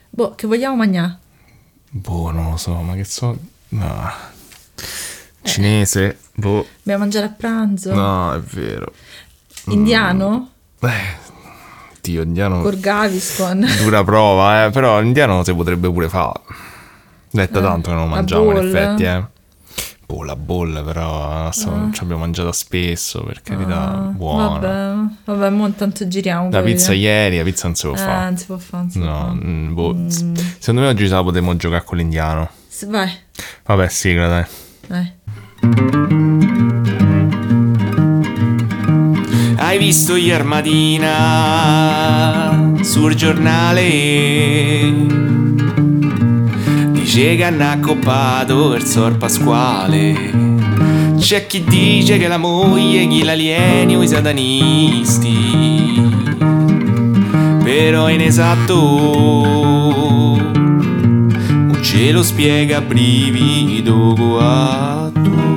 Boh, che vogliamo mangiare? Boh, non lo so, ma che so... No. Cinese? Boh. Dobbiamo mangiare a pranzo? No, è vero. Indiano? Dio, indiano... Con Gaviscon? Dura prova, però indiano si potrebbe pure fare. Detta tanto che non lo mangiamo, in effetti, Boh, la bolla, però non ci abbiamo mangiata spesso, per carità, buona. Vabbè, mo intanto giriamo. La pizza ieri, la pizza non si può fare. Non si può fare, Secondo me oggi ce la potremmo giocare con l'indiano. Vai. Vabbè, sigla, dai. Vai. Hai visto ieri mattina sul giornale? Dice che hanno accoppato il Sor Pasquale. C'è chi dice che la moglie gli alieni o i satanisti, però in esatto non ce lo spiega brivido guatto.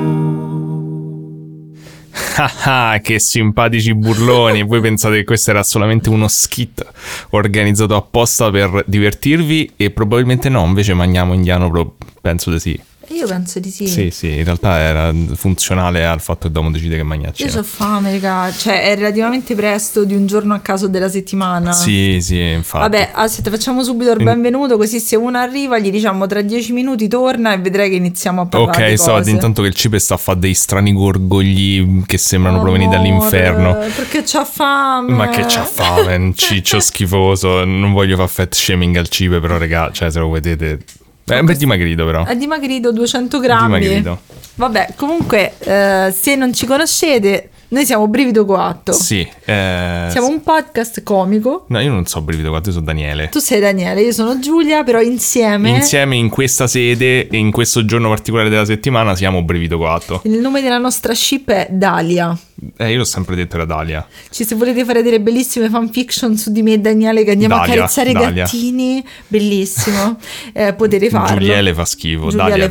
Ah, che simpatici burloni. Voi pensate che questo era solamente uno skit organizzato apposta per divertirvi? E probabilmente no, invece mangiamo indiano, penso di sì. Io penso di sì. Sì, in realtà era funzionale al fatto che dobbiamo decidere che mangiarci. Io so fame, raga. Cioè, è relativamente presto di un giorno a caso della settimana. Sì, infatti. Vabbè, aspetta, facciamo subito il benvenuto, così se uno arriva gli diciamo tra 10 minuti torna e vedrai che iniziamo a parlare di cose. Ok, intanto che il cibo sta a fare dei strani gorgogli che sembrano provenire dall'inferno. Perché c'ha fame. Ma che c'ha fame, un ciccio schifoso. Non voglio fare fat shaming al cibo, però raga, cioè se lo vedete... è dimagrito però. È dimagrito 200 grammi. Dimagrito. Vabbè, comunque, se non ci conoscete, noi siamo Brivido Coatto. Sì. Siamo un podcast comico. No, io non so Brivido Coatto, io sono Daniele. Tu sei Daniele, io sono Giulia, però insieme in questa sede e in questo giorno particolare della settimana siamo Brivido Coatto. Il nome della nostra ship è Dalia. Io l'ho sempre detto, era Dalia. Se volete fare delle bellissime fanfiction su di me e Daniele che andiamo a carezzare i gattini, bellissimo, potete farlo. Giuliele fa schifo, Dalia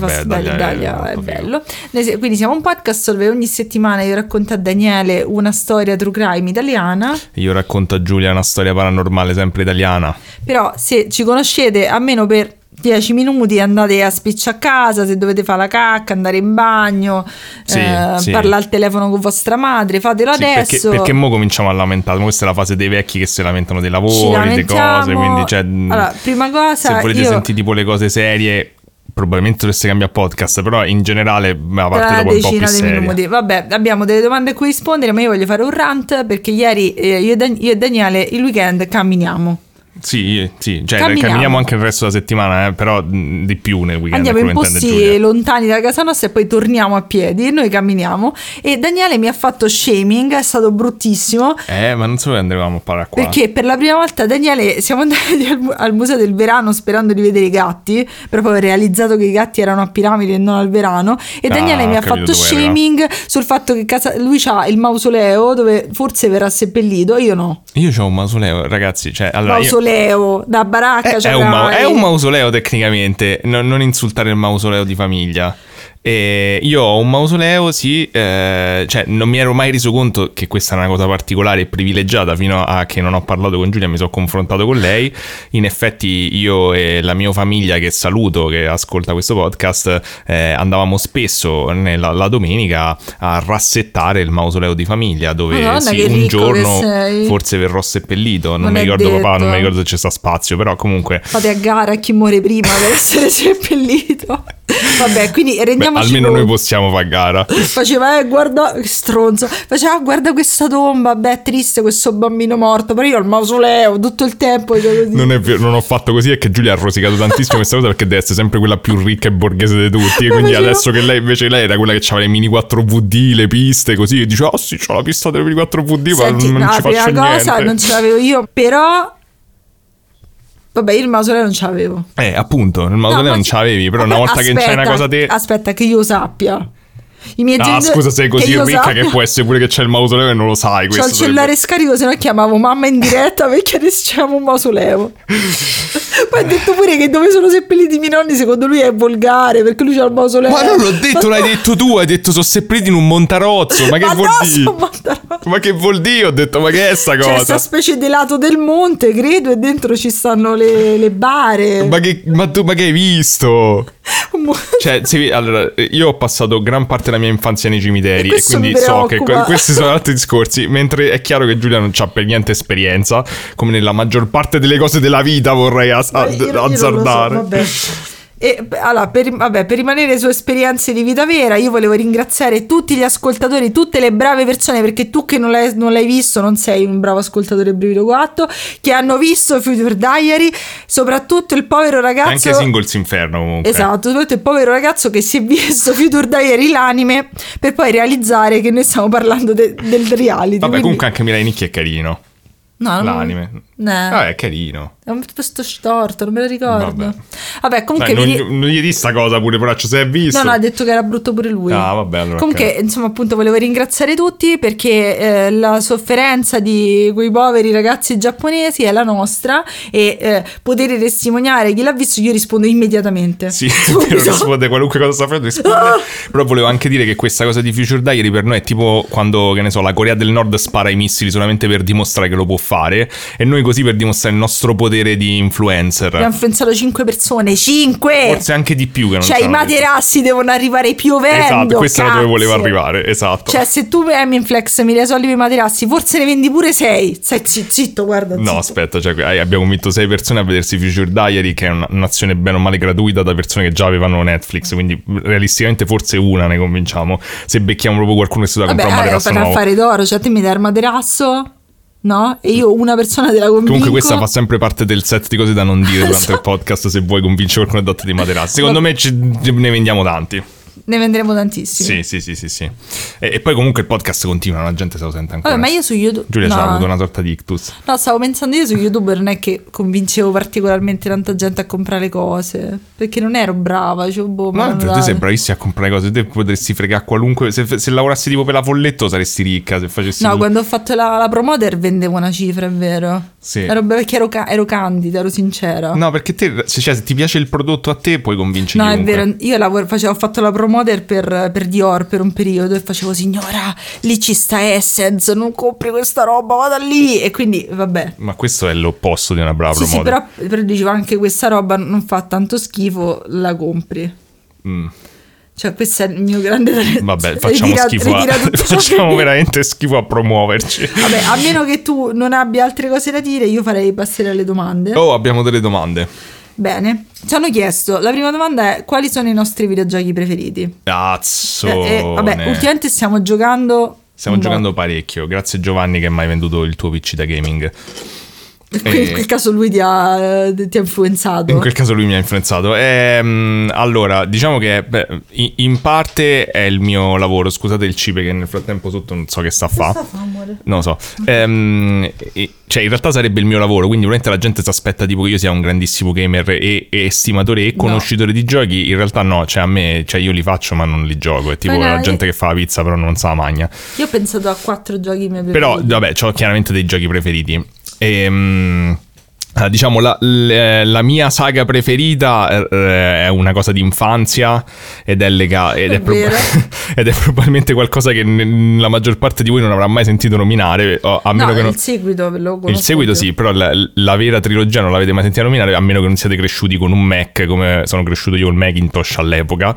è bello. Quindi siamo un podcast dove ogni settimana io racconto a Daniele una storia true crime italiana. Io racconto a Giulia una storia paranormale sempre italiana. Però se ci conoscete almeno per 10 minuti andate a spicciare a casa, se dovete fare la cacca, andare in bagno, parlare al telefono con vostra madre, fatelo adesso. Perché mo cominciamo a lamentare, questa è la fase dei vecchi che si lamentano dei lavori, delle cose, quindi allora, prima cosa, se volete sentire tipo le cose serie probabilmente dovreste cambiare podcast, però in generale la parte dopo è un po' più seria. Minuti. Vabbè, abbiamo delle domande a cui rispondere, ma io voglio fare un rant perché ieri io e Daniele il weekend camminiamo. Sì, cioè camminiamo anche il resto della settimana, però di più nel weekend. Andiamo in posti lontani da casa nostra e poi torniamo a piedi, noi camminiamo e Daniele mi ha fatto shaming, è stato bruttissimo. Ma non so che andavamo a parlare qua. Perché per la prima volta Daniele siamo andati al Museo del Verano sperando di vedere i gatti, però poi ho realizzato che i gatti erano a Piramidi e non al Verano e Daniele mi ha fatto shaming sul fatto che lui c'ha il mausoleo dove forse verrà seppellito, io no. Io c'ho un mausoleo, ragazzi, cioè allora da baracca è un mausoleo tecnicamente, non insultare il mausoleo di famiglia. Io ho un mausoleo, sì, cioè non mi ero mai reso conto che questa è una cosa particolare e privilegiata fino a che non ho parlato con Giulia, mi sono confrontato con lei. In effetti io e la mia famiglia, che saluto, che ascolta questo podcast, andavamo spesso la domenica a rassettare il mausoleo di famiglia, dove un giorno forse verrò seppellito, non mi ricordo detto. Papà, non mi ricordo se c'è sta spazio, però comunque fate a gara a chi muore prima per essere seppellito. Vabbè, quindi rendiamoci almeno noi possiamo fare gara. Faceva guarda che stronzo, faceva guarda questa tomba, beh triste questo bambino morto, però io al mausoleo tutto il tempo così. Non è vero, non ho fatto così, è che Giulia ha rosicato tantissimo questa cosa perché deve essere sempre quella più ricca e borghese di tutti, e quindi adesso che lei era quella che aveva le mini 4VD, le piste così, e dice sì, c'ho la pista delle mini 4VD. Senti, ma non ci faccio niente. La cosa non ce l'avevo io, però vabbè, io il mausoleo non ce l'avevo. Appunto, il mausoleo non ce l'avevi, però una volta che c'è una cosa te... Aspetta, che io sappia. I miei genitori, scusa, sei così ricca che può essere pure che c'è il mausoleo e non lo sai. C'ho il cellulare scarico, se no chiamavo mamma in diretta perché adesso c'è un mausoleo. Poi ha detto pure che dove sono seppelliti i miei nonni secondo lui è volgare perché lui c'ha il mausoleo. Ma non l'ho detto, l'hai detto tu, hai detto sono seppelliti in un montarozzo. Ma che vuol dire? Ma che vuol dire? Ho detto ma che è sta cosa? C'è questa specie di lato del monte, credo, e dentro ci stanno le bare. Ma che hai visto? Cioè, allora, io ho passato gran parte della mia infanzia nei cimiteri e quindi so che questi sono altri discorsi, mentre è chiaro che Giulia non c'ha per niente esperienza, come nella maggior parte delle cose della vita vorrei azzardare. Vabbè. E allora, per rimanere su esperienze di vita vera, io volevo ringraziare tutti gli ascoltatori, tutte le brave persone, perché tu che non l'hai visto non sei un bravo ascoltatore Brivido 4, che hanno visto Future Diary, soprattutto il povero ragazzo, anche Singles Inferno comunque. Esatto, soprattutto il povero ragazzo che si è visto Future Diary l'anime per poi realizzare che noi stiamo parlando del reality. Vabbè, comunque anche Mirai Nikki è carino. No, l'anime. No. È carino. È un posto storto, non me lo ricordo. Vabbè comunque non gli di sta cosa pure, Poraccio, se hai visto. No, ha detto che era brutto pure lui. Ah, vabbè, allora comunque, insomma, appunto, volevo ringraziare tutti perché la sofferenza di quei poveri ragazzi giapponesi è la nostra e poter testimoniare chi l'ha visto, io rispondo immediatamente. Sì, risponde qualunque cosa sta facendo, risponde. Però volevo anche dire che questa cosa di Future Diary per noi è tipo quando, che ne so, la Corea del Nord spara i missili solamente per dimostrare che lo può fare e noi così per dimostrare il nostro potere di influencer. Abbiamo influenzato 5 persone, 5! Forse anche di più che non cioè i materassi devono arrivare piovendo. Esatto, questo è dove voleva arrivare, esatto. Cioè se tu Flex mi dai soldi per i materassi, forse ne vendi pure 6. Stai zitto, guarda. No, aspetta, cioè abbiamo convinto 6 persone a vedersi Future Diary, che è un'azione bene o male gratuita da persone che già avevano Netflix, quindi realisticamente forse una ne convinciamo. Se becchiamo proprio qualcuno che si dà comprare un materasso nuovo. Affare d'oro, cioè te mi dai il materasso? No? E io una persona te la convinco. Comunque questa fa sempre parte del set di cose da non dire durante il podcast. Se vuoi convincere qualcuno ad di materassi, secondo me ne vendiamo tanti. Ne venderemo tantissimi. Sì. E poi comunque il podcast continua, la gente se lo sente ancora. Vabbè, ma io su YouTube Giulia c'ha avuto una sorta di ictus. No, stavo pensando, io su YouTube non è che convincevo particolarmente tanta gente a comprare cose, perché non ero brava, cioè, no, te sei bravissima a comprare cose, te potresti fregare qualunque, se lavorassi tipo per la Folletto saresti ricca, se facessi quando ho fatto la promoter vendevo una cifra, è vero. Sì. Ero perché ero candida, ero sincera. No, perché te, se ti piace il prodotto a te puoi convincere chiunque. No, è vero, io ho fatto la promoter per Dior per un periodo e facevo, signora, lì ci sta Essence, non compri questa roba, vada lì, e quindi vabbè. Ma questo è l'opposto di una brava promoter. Sì, però dicevo anche questa roba non fa tanto schifo, la compri. Cioè questo è il mio grande talento. Vabbè, facciamo veramente schifo a promuoverci. Vabbè, a meno che tu non abbia altre cose da dire, io passare alle domande. Oh, abbiamo delle domande. Bene, ci hanno chiesto, la prima domanda è: quali sono i nostri videogiochi preferiti? Cazzone. Vabbè, ultimamente stiamo giocando parecchio. Grazie Giovanni che mi hai venduto il tuo PC da gaming. In quel caso lui ti ha influenzato. In quel caso lui mi ha influenzato. Allora, diciamo che in parte è il mio lavoro. Scusate il cipe che nel frattempo sotto non so che sta a fa. Non lo so. Cioè in realtà sarebbe il mio lavoro, quindi veramente la gente si aspetta tipo che io sia un grandissimo gamer e estimatore e conoscitore di giochi. In realtà no, cioè a me, cioè io li faccio ma non li gioco. È tipo la gente che fa la pizza però non sa la magna. Io ho pensato a 4 giochi miei preferiti. Però vabbè, ho chiaramente dei giochi preferiti. Diciamo la mia saga preferita è una cosa di infanzia ed è probabilmente qualcosa che la maggior parte di voi non avrà mai sentito nominare, a meno che il seguito lo conosco. Il seguito sì, però la vera trilogia non l'avete mai sentita nominare, a meno che non siete cresciuti con un Mac come sono cresciuto io, il Macintosh all'epoca,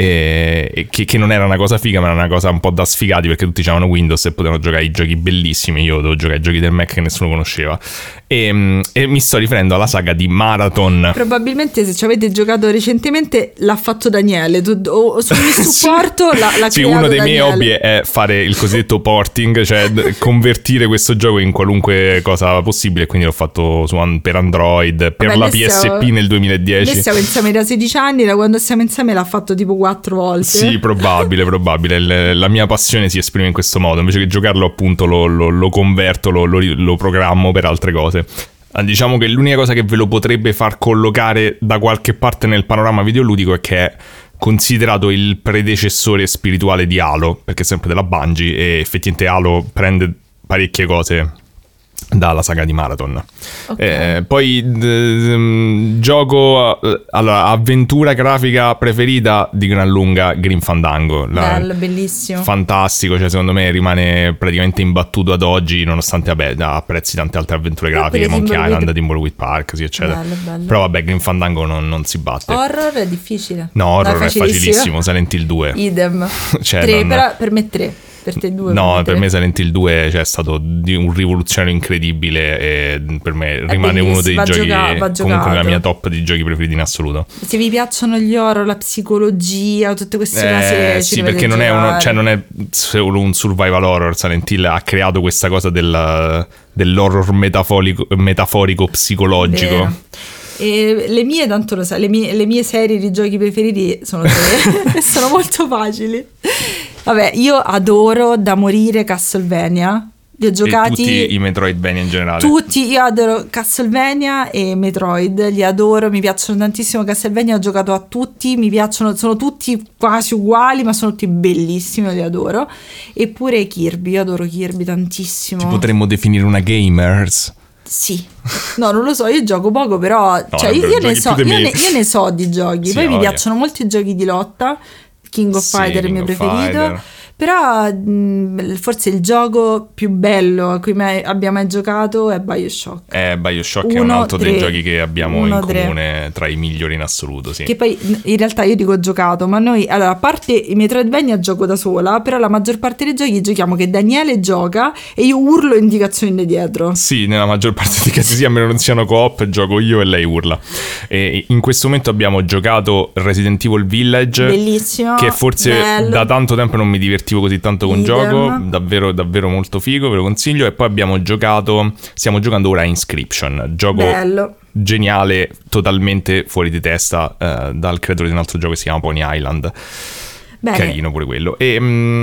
che non era una cosa figa ma era una cosa un po' da sfigati, perché tutti avevano Windows e potevano giocare ai giochi bellissimi. Io dovevo giocare ai giochi del Mac che nessuno conosceva e mi sto riferendo alla saga di Marathon. Probabilmente se ci avete giocato recentemente l'ha fatto Daniele, o su supporto l'ha sì, creato uno dei Daniele. miei hobby è fare il cosiddetto porting, cioè convertire questo gioco in qualunque cosa possibile, quindi l'ho fatto per Android, per la PSP nel 2010. Noi siamo insieme da 16 anni, da quando siamo insieme l'ha fatto tipo 4 volte. Sì, probabile. La mia passione si esprime in questo modo, invece che giocarlo appunto lo converto, lo programmo per altre cose. Diciamo che l'unica cosa che ve lo potrebbe far collocare da qualche parte nel panorama videoludico è che è considerato il predecessore spirituale di Halo, perché è sempre della Bungie, e effettivamente Halo prende parecchie cose dalla saga di Marathon. Okay. Poi gioco, allora, avventura grafica preferita di gran lunga Grim Fandango. Bello, bellissimo, fantastico, cioè secondo me rimane praticamente imbattuto ad oggi, nonostante apprezzi tante altre avventure grafiche, Monkey Island, Thimbleweed Park, sì, eccetera. Bello. Però vabbè, Grim Fandango non si batte. Horror è difficile. No, horror è facilissimo. Silent Hill 2 idem. Cioè, 3, però per me 3. Per te 2? No, per me Silent Hill 2 è stato un rivoluzionario incredibile, e per me rimane uno dei giochi, comunque la mia top di giochi preferiti in assoluto. Se vi piacciono gli horror, la psicologia, tutte queste cose, sì, perché non è solo un survival horror. Silent Hill ha creato questa cosa dell'horror metaforico psicologico. Vero. E le mie, tanto lo sai, le mie serie di giochi preferiti sono 3 sono molto facili. Vabbè, io adoro da morire Castlevania. Li ho giocati, e tutti i Metroidvania in generale. Tutti, io adoro Castlevania e Metroid, li adoro, mi piacciono tantissimo. Castlevania ho giocato a tutti, mi piacciono, sono tutti quasi uguali, ma sono tutti bellissimi, li adoro. Eppure Kirby, io adoro Kirby tantissimo. Ti potremmo definire una gamers? Sì, no, non lo so, io gioco poco, però no, cioè, io ne so di giochi. Sì, poi mi piacciono molto i giochi di lotta. King of Fighter è il mio preferito. Però forse il gioco più bello a cui abbia mai giocato è BioShock. BioShock è un altro dei giochi che abbiamo in comune tra i migliori in assoluto, sì. Che poi in realtà io dico giocato, ma noi, allora, a parte i Metroidvania gioco da sola, però la maggior parte dei giochi giochiamo che Daniele gioca e io urlo indicazioni da dietro. Sì, nella maggior parte dei casi sì, a meno non siano co-op, gioco io e lei urla. E in questo momento abbiamo giocato Resident Evil Village. Bellissimo. Che forse da tanto tempo non mi divertivo così tanto con gioco, davvero molto figo, ve lo consiglio. E poi stiamo giocando ora a Inscription, gioco geniale, totalmente fuori di testa, dal creatore di un altro gioco che si chiama Pony Island. Bene. Carino pure quello. E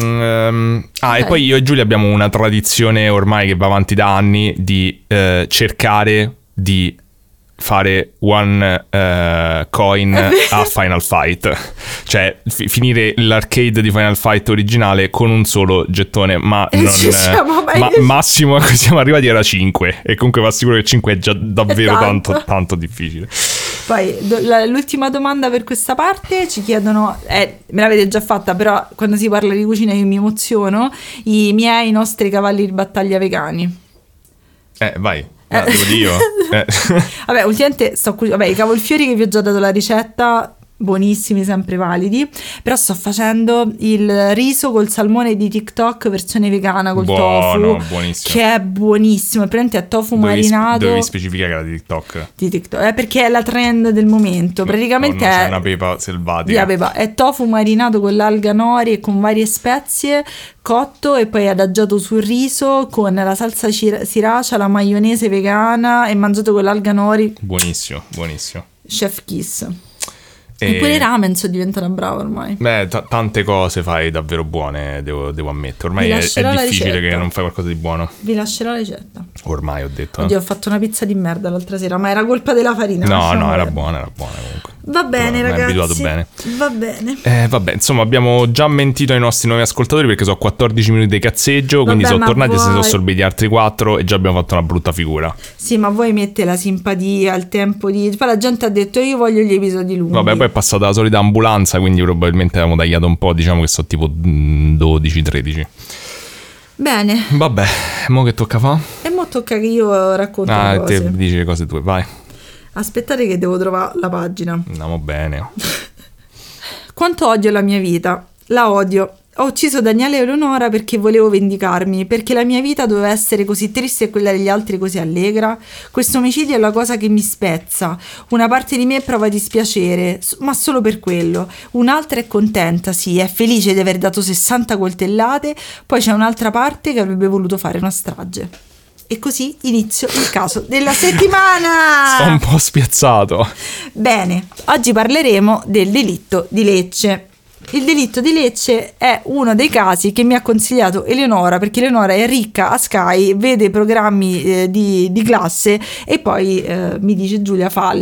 poi io e Giulia abbiamo una tradizione ormai che va avanti da anni di cercare di fare one coin a Final Fight, cioè finire l'arcade di Final Fight originale con un solo gettone, ma massimo a cui siamo arrivati era 5, e comunque vi assicuro che 5 è già davvero tanto difficile. Poi l'ultima domanda per questa parte ci chiedono, me l'avete già fatta, però quando si parla di cucina io mi emoziono, i nostri cavalli di battaglia vegani. Vai. Devo dire io. Vabbè, ultimamente i cavolfiori che vi ho già dato la ricetta, buonissimi, sempre validi, però sto facendo il riso col salmone di TikTok versione vegana col tofu, buonissimo, che è buonissimo, praticamente è tofu marinato. Dovevi specificare che era di TikTok, perché è la trend del momento, praticamente c'è una pepa selvatica, è tofu marinato con l'alga nori e con varie spezie, cotto e poi adagiato sul riso con la salsa sriracha, la maionese vegana e mangiato con l'alga nori. Buonissimo. Chef kiss. E pure i ramen sono diventata brava ormai. Tante cose fai davvero buone, devo ammettere. Ormai è difficile che non fai qualcosa di buono. Vi lascerò la ricetta. Ormai ho detto. Oddio, ho fatto una pizza di merda l'altra sera, ma era colpa della farina. No, era buona comunque. Va bene, ragazzi. Mi abituato bene. Va bene. Vabbè, insomma, abbiamo già mentito ai nostri nuovi ascoltatori perché sono 14 minuti di cazzeggio, quindi sono tornati e si sono sorbiti altri 4 e già abbiamo fatto una brutta figura. Sì, ma voi mette la simpatia, il tempo di... Poi la gente ha detto io voglio gli episodi lunghi. Vabbè, poi è passata la solita ambulanza, quindi probabilmente avevamo tagliato un po', diciamo che sono tipo 12-13. Bene. Vabbè, mo che tocca fa? E mo tocca che io racconto le cose. Te dici le cose tue, vai. Aspettate che devo trovare la pagina. Andiamo bene. Quanto odio la mia vita. La odio. Ho ucciso Daniele e Eleonora perché volevo vendicarmi, perché la mia vita doveva essere così triste e quella degli altri così allegra. Questo omicidio è la cosa che mi spezza. Una parte di me prova dispiacere, ma solo per quello. Un'altra è contenta, sì, è felice di aver dato 60 coltellate, poi c'è un'altra parte che avrebbe voluto fare una strage. E così inizio il caso della settimana. Sono un po' spiazzato. Bene, oggi parleremo del delitto di Lecce. Il delitto di Lecce è uno dei casi che mi ha consigliato Eleonora, perché Eleonora è ricca a Sky, vede programmi di classe e poi mi dice Giulia falli.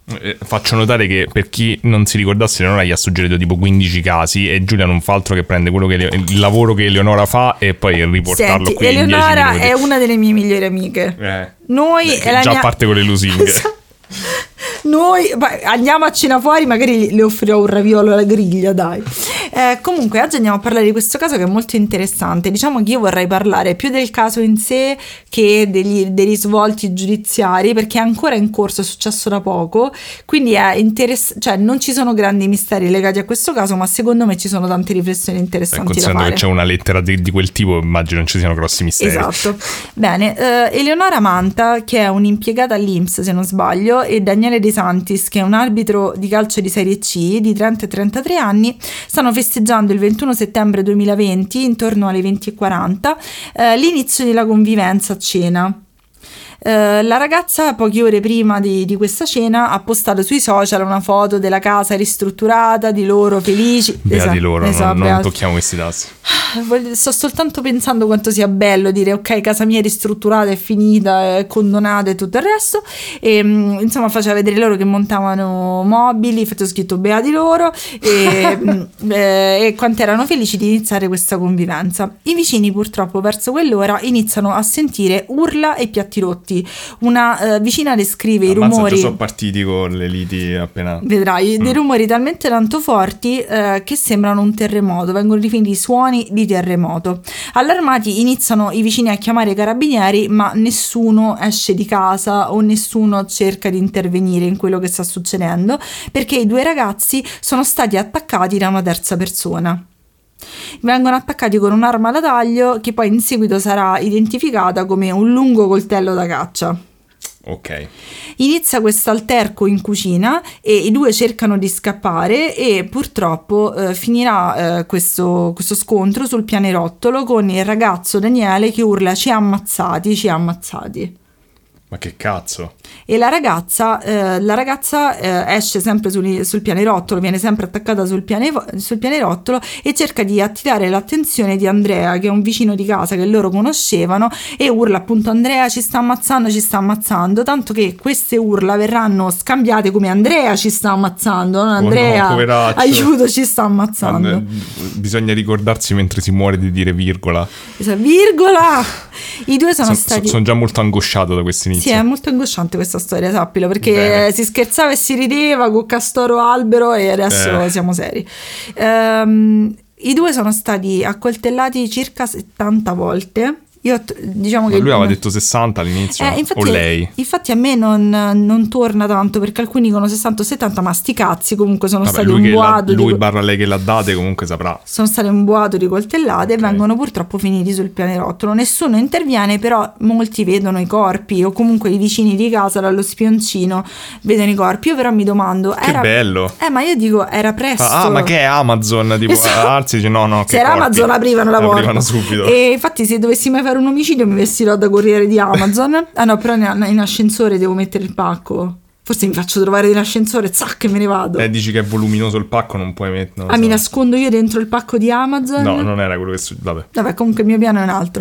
Faccio notare che per chi non si ricordasse, Eleonora gli ha suggerito tipo 15 casi e Giulia non fa altro che prende quello che il lavoro che Eleonora fa e poi riportarlo. Senti, qui in 10 minuti. Eleonora è una delle mie migliori amiche. Noi è la già mia... a parte con le lusinghe. Noi andiamo a cena fuori, magari le offrirò un raviolo alla griglia, dai. Comunque oggi andiamo a parlare di questo caso che è molto interessante. Diciamo che io vorrei parlare più del caso in sé che dei risvolti giudiziari, perché è ancora in corso, è successo da poco, quindi è cioè non ci sono grandi misteri legati a questo caso, ma secondo me ci sono tante riflessioni interessanti da fare. Che c'è una lettera di quel tipo, immagino non ci siano grossi misteri. Esatto. Bene, Eleonora Manta, che è un'impiegata all'INPS se non sbaglio, e Daniele De Santis, che è un arbitro di calcio di Serie C di 30 e 33 anni, stanno festeggiando il 21 settembre 2020, intorno alle 20:40, l'inizio della convivenza a cena. La ragazza poche ore prima di questa cena ha postato sui social una foto della casa ristrutturata, di loro felici. Di loro, non tocchiamo questi tassi. Sto soltanto pensando quanto sia bello dire ok, casa mia è ristrutturata, è finita, è condonata e tutto il resto, e insomma faceva vedere loro che montavano mobili, faccio scritto beati loro e quanto erano felici di iniziare questa convivenza. I vicini purtroppo verso quell'ora iniziano a sentire urla e piatti rotti. Una vicina descrive i rumori. Già sono partiti con le liti appena. Vedrai, dei rumori talmente tanto forti che sembrano un terremoto, vengono definiti suoni di terremoto. Allarmati iniziano i vicini a chiamare i carabinieri, ma nessuno esce di casa o nessuno cerca di intervenire in quello che sta succedendo, perché i due ragazzi sono stati attaccati da una terza persona. Vengono attaccati con un'arma da taglio che poi in seguito sarà identificata come un lungo coltello da caccia. Ok. Inizia questo alterco in cucina e i due cercano di scappare e purtroppo finirà questo scontro sul pianerottolo con il ragazzo Daniele che urla ci ha ammazzati, ci ha ammazzati. Ma che cazzo? E la ragazza esce sempre sul pianerottolo, viene sempre attaccata sul pianerottolo e cerca di attirare l'attenzione di Andrea, che è un vicino di casa che loro conoscevano, e urla appunto Andrea ci sta ammazzando, tanto che queste urla verranno scambiate come Andrea ci sta ammazzando, non Andrea aiuto ci sta ammazzando. Bisogna ricordarsi mentre si muore di dire virgola. Virgola! I due sono già molto angosciato da questo inizio. Sì, è molto angosciante questa storia, sappilo, perché si scherzava e si rideva con Castoro Albero e adesso siamo seri. I due sono stati accoltellati circa 70 volte. Diciamo che lui aveva detto 60 all'inizio, infatti, o lei? Infatti a me non torna tanto, perché alcuni dicono 60 o 70, ma sti cazzi, comunque sono stati un boato. Lui barra lei che l'ha date comunque saprà. Sono state un boato di coltellate e vengono purtroppo finiti sul pianerottolo. Nessuno interviene, però molti vedono i corpi, o comunque i vicini di casa dallo spioncino vedono i corpi. Io però mi domando, che bello. Ma io dico, era presto. Ma che è Amazon? Tipo, alzi, dice no, se era Amazon aprivano la porta. Aprivano subito. E infatti se dovessi mai fare un omicidio mi vestirò da corriere di Amazon. No, però in ascensore devo mettere il pacco. Forse mi faccio trovare nell'ascensore, zac, e me ne vado. Dici che è voluminoso il pacco, non puoi mettere. Mi nascondo io dentro il pacco di Amazon? No, non era quello che Vabbè, comunque il mio piano è un altro.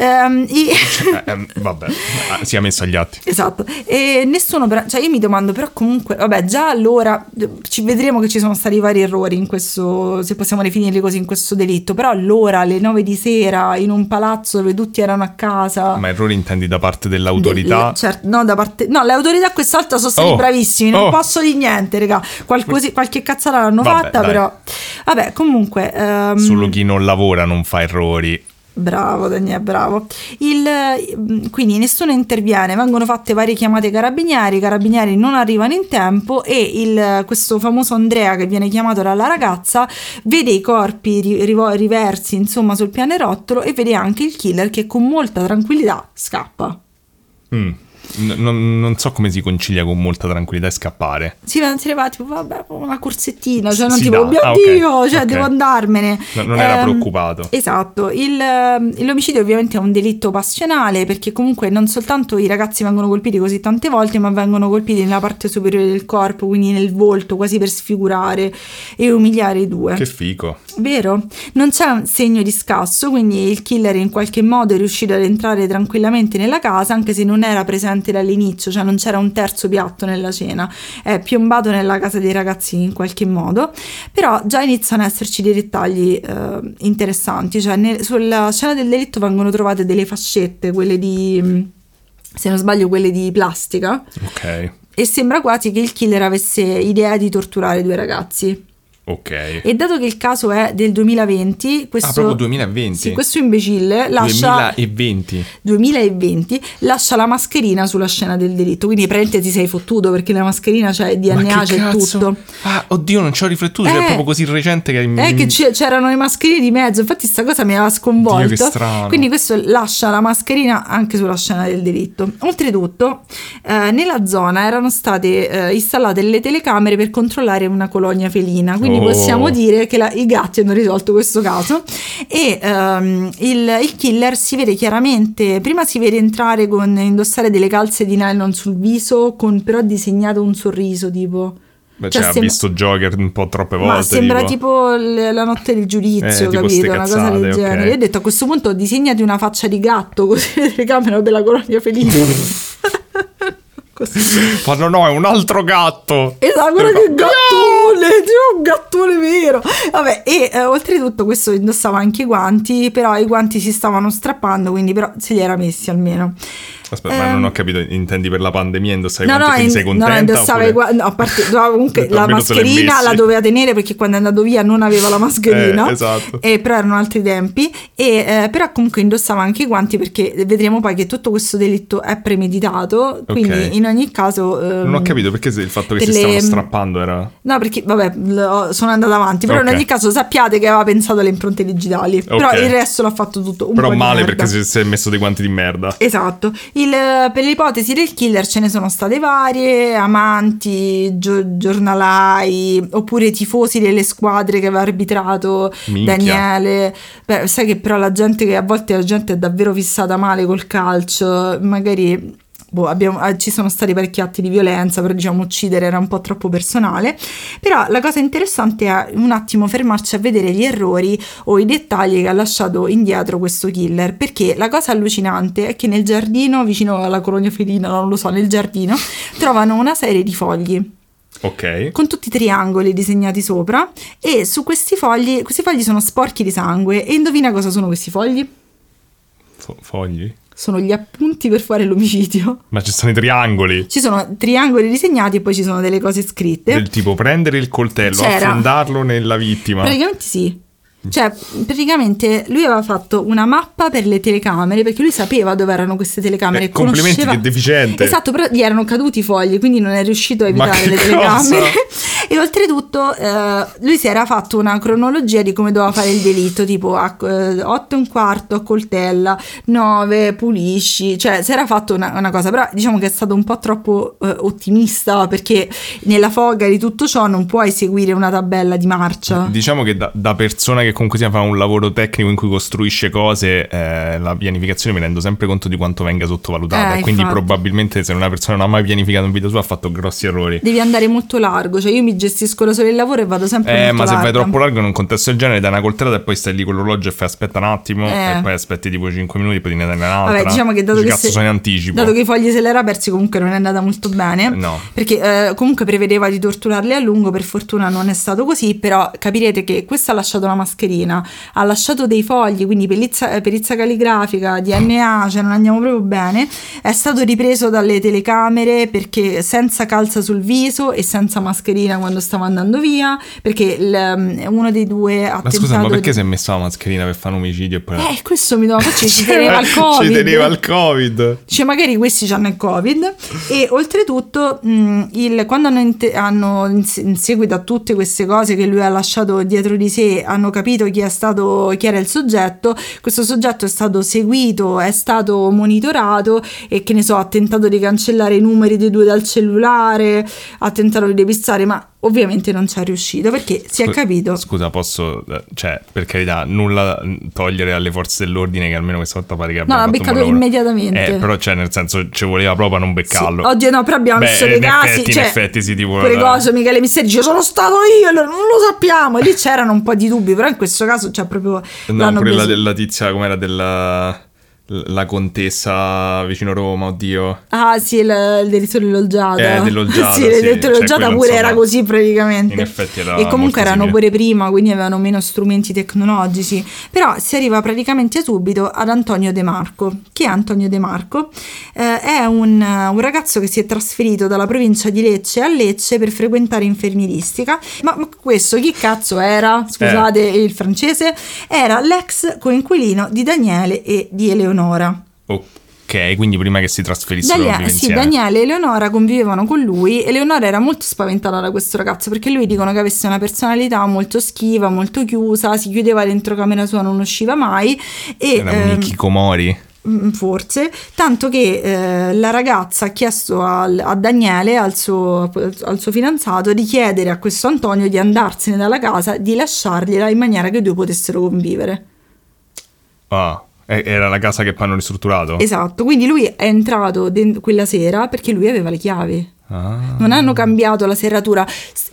Vabbè, sia messo agli atti. Esatto. E nessuno, cioè io mi domando, però comunque, vabbè, già allora ci vedremo che ci sono stati vari errori in questo, se possiamo definirli così, in questo delitto. Però allora alle 9 di sera in un palazzo dove tutti erano a casa. Ma errori intendi da parte dell'autorità? Certo, no, le autorità questa volta sono stati bravissimi, non posso dire niente, raga. Qualche cazzata l'hanno fatta, dai. Però vabbè, comunque solo chi non lavora non fa errori. Bravo Daniele, bravo. Quindi nessuno interviene, vengono fatte varie chiamate ai carabinieri non arrivano in tempo e questo famoso Andrea, che viene chiamato dalla ragazza, vede i corpi riversi insomma sul pianerottolo e vede anche il killer che con molta tranquillità scappa. Non so come si concilia con molta tranquillità e scappare. Sì, ma se ne va tipo vabbè, una corsettina, cioè non tipo mio Dio, cioè devo andarmene. Non era preoccupato. Esatto. L'omicidio ovviamente è un delitto passionale, perché comunque non soltanto i ragazzi vengono colpiti così tante volte, ma vengono colpiti nella parte superiore del corpo, quindi nel volto, quasi per sfigurare e umiliare i due. Che fico. Vero? Non c'è un segno di scasso, quindi il killer in qualche modo è riuscito ad entrare tranquillamente nella casa, anche se non era presente presente dall'inizio, cioè non c'era un terzo piatto nella cena, è piombato nella casa dei ragazzi in qualche modo, però già iniziano ad esserci dei dettagli interessanti, cioè sulla scena del delitto vengono trovate delle fascette, quelle di, se non sbaglio, quelle di plastica, ok, e sembra quasi che il killer avesse idea di torturare 2 ragazzi. Ok. E dato che il caso è del 2020, questo, proprio 2020? Sì, questo imbecille lascia 2020 lascia la mascherina sulla scena del delitto, quindi praticamente ti sei fottuto perché la mascherina c'è DNA, c'è tutto. Ah, oddio, non ci ho riflettuto, cioè è proprio così recente che c'erano le mascherine di mezzo, infatti sta cosa mi aveva sconvolto. Dio, che strano. Quindi questo lascia la mascherina anche sulla scena del delitto. Oltretutto nella zona erano state installate le telecamere per controllare una colonia felina, quindi possiamo dire che i gatti hanno risolto questo caso. E il killer si vede chiaramente, prima si vede entrare con indossare delle calze di nylon sul viso con però disegnato un sorriso tipo. Beh, cioè, ha visto Joker un po' troppe volte. Ma sembra tipo la notte del giudizio, capito? Una cosa del genere. Okay. Io ho detto a questo punto disegnati una faccia di gatto così le telecamere della colonia felina. Ma no, è un altro gatto. Esatto, guarda che gattone, c'è un gattone vero. Vabbè, e oltretutto questo indossava anche i guanti, però i guanti si stavano strappando, quindi però se li era messi almeno. Aspetta, ma non ho capito, intendi per la pandemia indossavi i guanti, quindi sei contenta? No, indossava i guanti, no, a parte, comunque la mascherina la doveva tenere perché quando è andato via non aveva la mascherina, esatto. Però erano altri tempi, però comunque indossava anche i guanti perché vedremo poi che tutto questo delitto è premeditato, quindi in ogni caso... non ho capito perché il fatto che si stavano strappando era... No, perché vabbè, sono andata avanti, però in ogni caso sappiate che aveva pensato alle impronte digitali, però il resto l'ha fatto tutto un però po' male di merda. perché si è messo dei guanti di merda. Esatto. Per l'ipotesi del killer ce ne sono state varie, amanti, giornalai, oppure tifosi delle squadre che aveva arbitrato. Minchia. Daniele. Beh, sai che però a volte la gente è davvero fissata male col calcio, magari... ci sono stati parecchi atti di violenza, però diciamo uccidere era un po' troppo personale. Però la cosa interessante è un attimo fermarci a vedere gli errori o i dettagli che ha lasciato indietro questo killer, perché la cosa allucinante è che nel giardino vicino alla colonia felina, non lo so, nel giardino trovano una serie di fogli. Ok. Con tutti i triangoli disegnati sopra, e su questi fogli sono sporchi di sangue, e indovina cosa sono questi fogli? Fogli? Sono gli appunti per fare l'omicidio. Ma ci sono i triangoli? Ci sono triangoli disegnati e poi ci sono delle cose scritte. Del tipo prendere il coltello, affondarlo nella vittima. Praticamente sì. Cioè, praticamente lui aveva fatto una mappa per le telecamere, perché lui sapeva dove erano queste telecamere. Complimenti, che deficiente. Esatto, però gli erano caduti i fogli, quì non è riuscito a evitare le telecamere. E oltretutto lui si era fatto una cronologia di come doveva fare il delitto, tipo 8:15 a coltella, 9 pulisci, cioè si era fatto una cosa, però diciamo che è stato un po' troppo ottimista, perché nella foga di tutto ciò non puoi seguire una tabella di marcia. Diciamo che da persona che comunque sia fa un lavoro tecnico in cui costruisce cose, la pianificazione mi rendo sempre conto di quanto venga sottovalutata, quindi infatti. Probabilmente se una persona non ha mai pianificato un video suo ha fatto grossi errori. Devi andare molto largo, cioè io mi gestisco da solo il lavoro e vado sempre molto ma se larga. vai troppo largo in un contesto del genere dai una coltellata e poi stai lì con l'orologio e fai aspetta un attimo e poi aspetti tipo 5 minuti e poi te ne dai un'altra. Vabbè, diciamo che sono in anticipo. Dato che i fogli se l'era persi, comunque non è andata molto bene, no, perché comunque prevedeva di torturarli a lungo, per fortuna non è stato così, però capirete che questo ha lasciato la mascherina, ha lasciato dei fogli, quindi perizia calligrafica, DNA, cioè non andiamo proprio bene. È stato ripreso dalle telecamere perché senza calza sul viso e senza mascherina quando stava andando via, perché uno dei due ha tentato. Ma scusa, ma perché si è messo la mascherina per fare un omicidio e poi... questo mi ci teneva al Covid. Ci teneva al Covid. Cioè magari questi hanno il Covid. E oltretutto quando hanno in seguito a tutte queste cose che lui ha lasciato dietro di sé, hanno capito chi era il soggetto. Questo soggetto è stato seguito, è stato monitorato e che ne so, ha tentato di cancellare i numeri dei due dal cellulare, ha tentato di depistare, ma ovviamente non ci è riuscito perché si è capito. Scusa, posso, cioè, per carità, nulla togliere alle forze dell'ordine che almeno questa volta pare che abbiano fatto beccato immediatamente. Però cioè nel senso ci voleva proprio a non beccarlo. Sì. Oggi no, però abbiamo visto dei casi, in effetti sì, tipo quelle cose, Michele Misteri dice sono stato io, non lo sappiamo, e lì c'erano un po' di dubbi, però in questo caso cioè proprio no, pure la tizia com'era La contessa vicino Roma, oddio. Ah sì, il delitto dell'Olgiata. Dell'Olgiata, sì, il delitto dell'Olgiata pure insomma, era così praticamente. In effetti era e comunque erano simile. pure prima, quindi avevano meno strumenti tecnologici. Però si arriva praticamente subito ad Antonio De Marco. Chi è Antonio De Marco? È un ragazzo che si è trasferito dalla provincia di Lecce a Lecce per frequentare infermieristica. Ma questo chi cazzo era? Scusate il francese. Era l'ex coinquilino di Daniele e di Eleonora. Ok, quindi prima che si trasferissero sì, Daniele e Eleonora convivevano con lui. Eleonora era molto spaventata da questo ragazzo perché lui dicono che avesse una personalità molto schiva, molto chiusa, si chiudeva dentro camera sua, non usciva mai. Era un hikikomori. Forse, tanto che la ragazza ha chiesto a Daniele, al suo fidanzato, di chiedere a questo Antonio di andarsene dalla casa, di lasciargliela in maniera che i due potessero convivere. Era la casa che poi hanno ristrutturato? Esatto, quindi lui è entrato quella sera perché lui aveva le chiavi. Non hanno cambiato la serratura.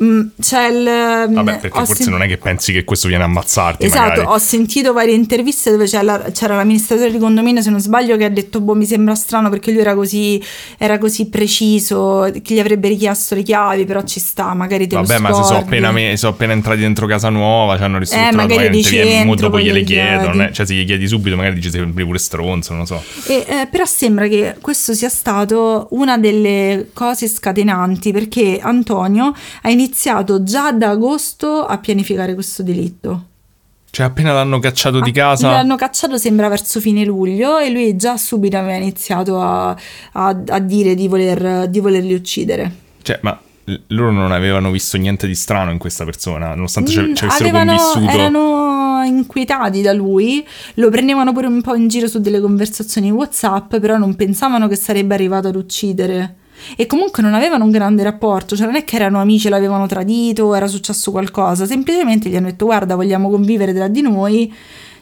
Vabbè, perché forse non è che pensi che questo viene a ammazzarti. Esatto, magari. Ho sentito varie interviste dove c'era l'amministratore di condominio, se non sbaglio, che ha detto mi sembra strano perché lui era così preciso, che gli avrebbe richiesto le chiavi, però ci sta, magari te lo scordi. Vabbè, ma se sono appena entrati dentro casa nuova, ci hanno ristrutturato, magari di centro, dopo gliele chiedono, chiedi. cioè se gli chiedi subito magari dici sembri pure stronzo, non lo so. Però sembra che questo sia stato una delle cose scatenanti, perché Antonio ha iniziato già da agosto a pianificare questo delitto. Cioè appena l'hanno cacciato di casa? L'hanno cacciato sembra verso fine luglio e lui già subito aveva iniziato a dire di volerli uccidere. Cioè, ma loro non avevano visto niente di strano in questa persona, nonostante ci avessero convissuto. Erano inquietati da lui, lo prendevano pure un po' in giro su delle conversazioni WhatsApp, però non pensavano che sarebbe arrivato ad uccidere. E comunque non avevano un grande rapporto, cioè non è che erano amici, l'avevano tradito, era successo qualcosa, semplicemente gli hanno detto guarda, vogliamo convivere tra di noi,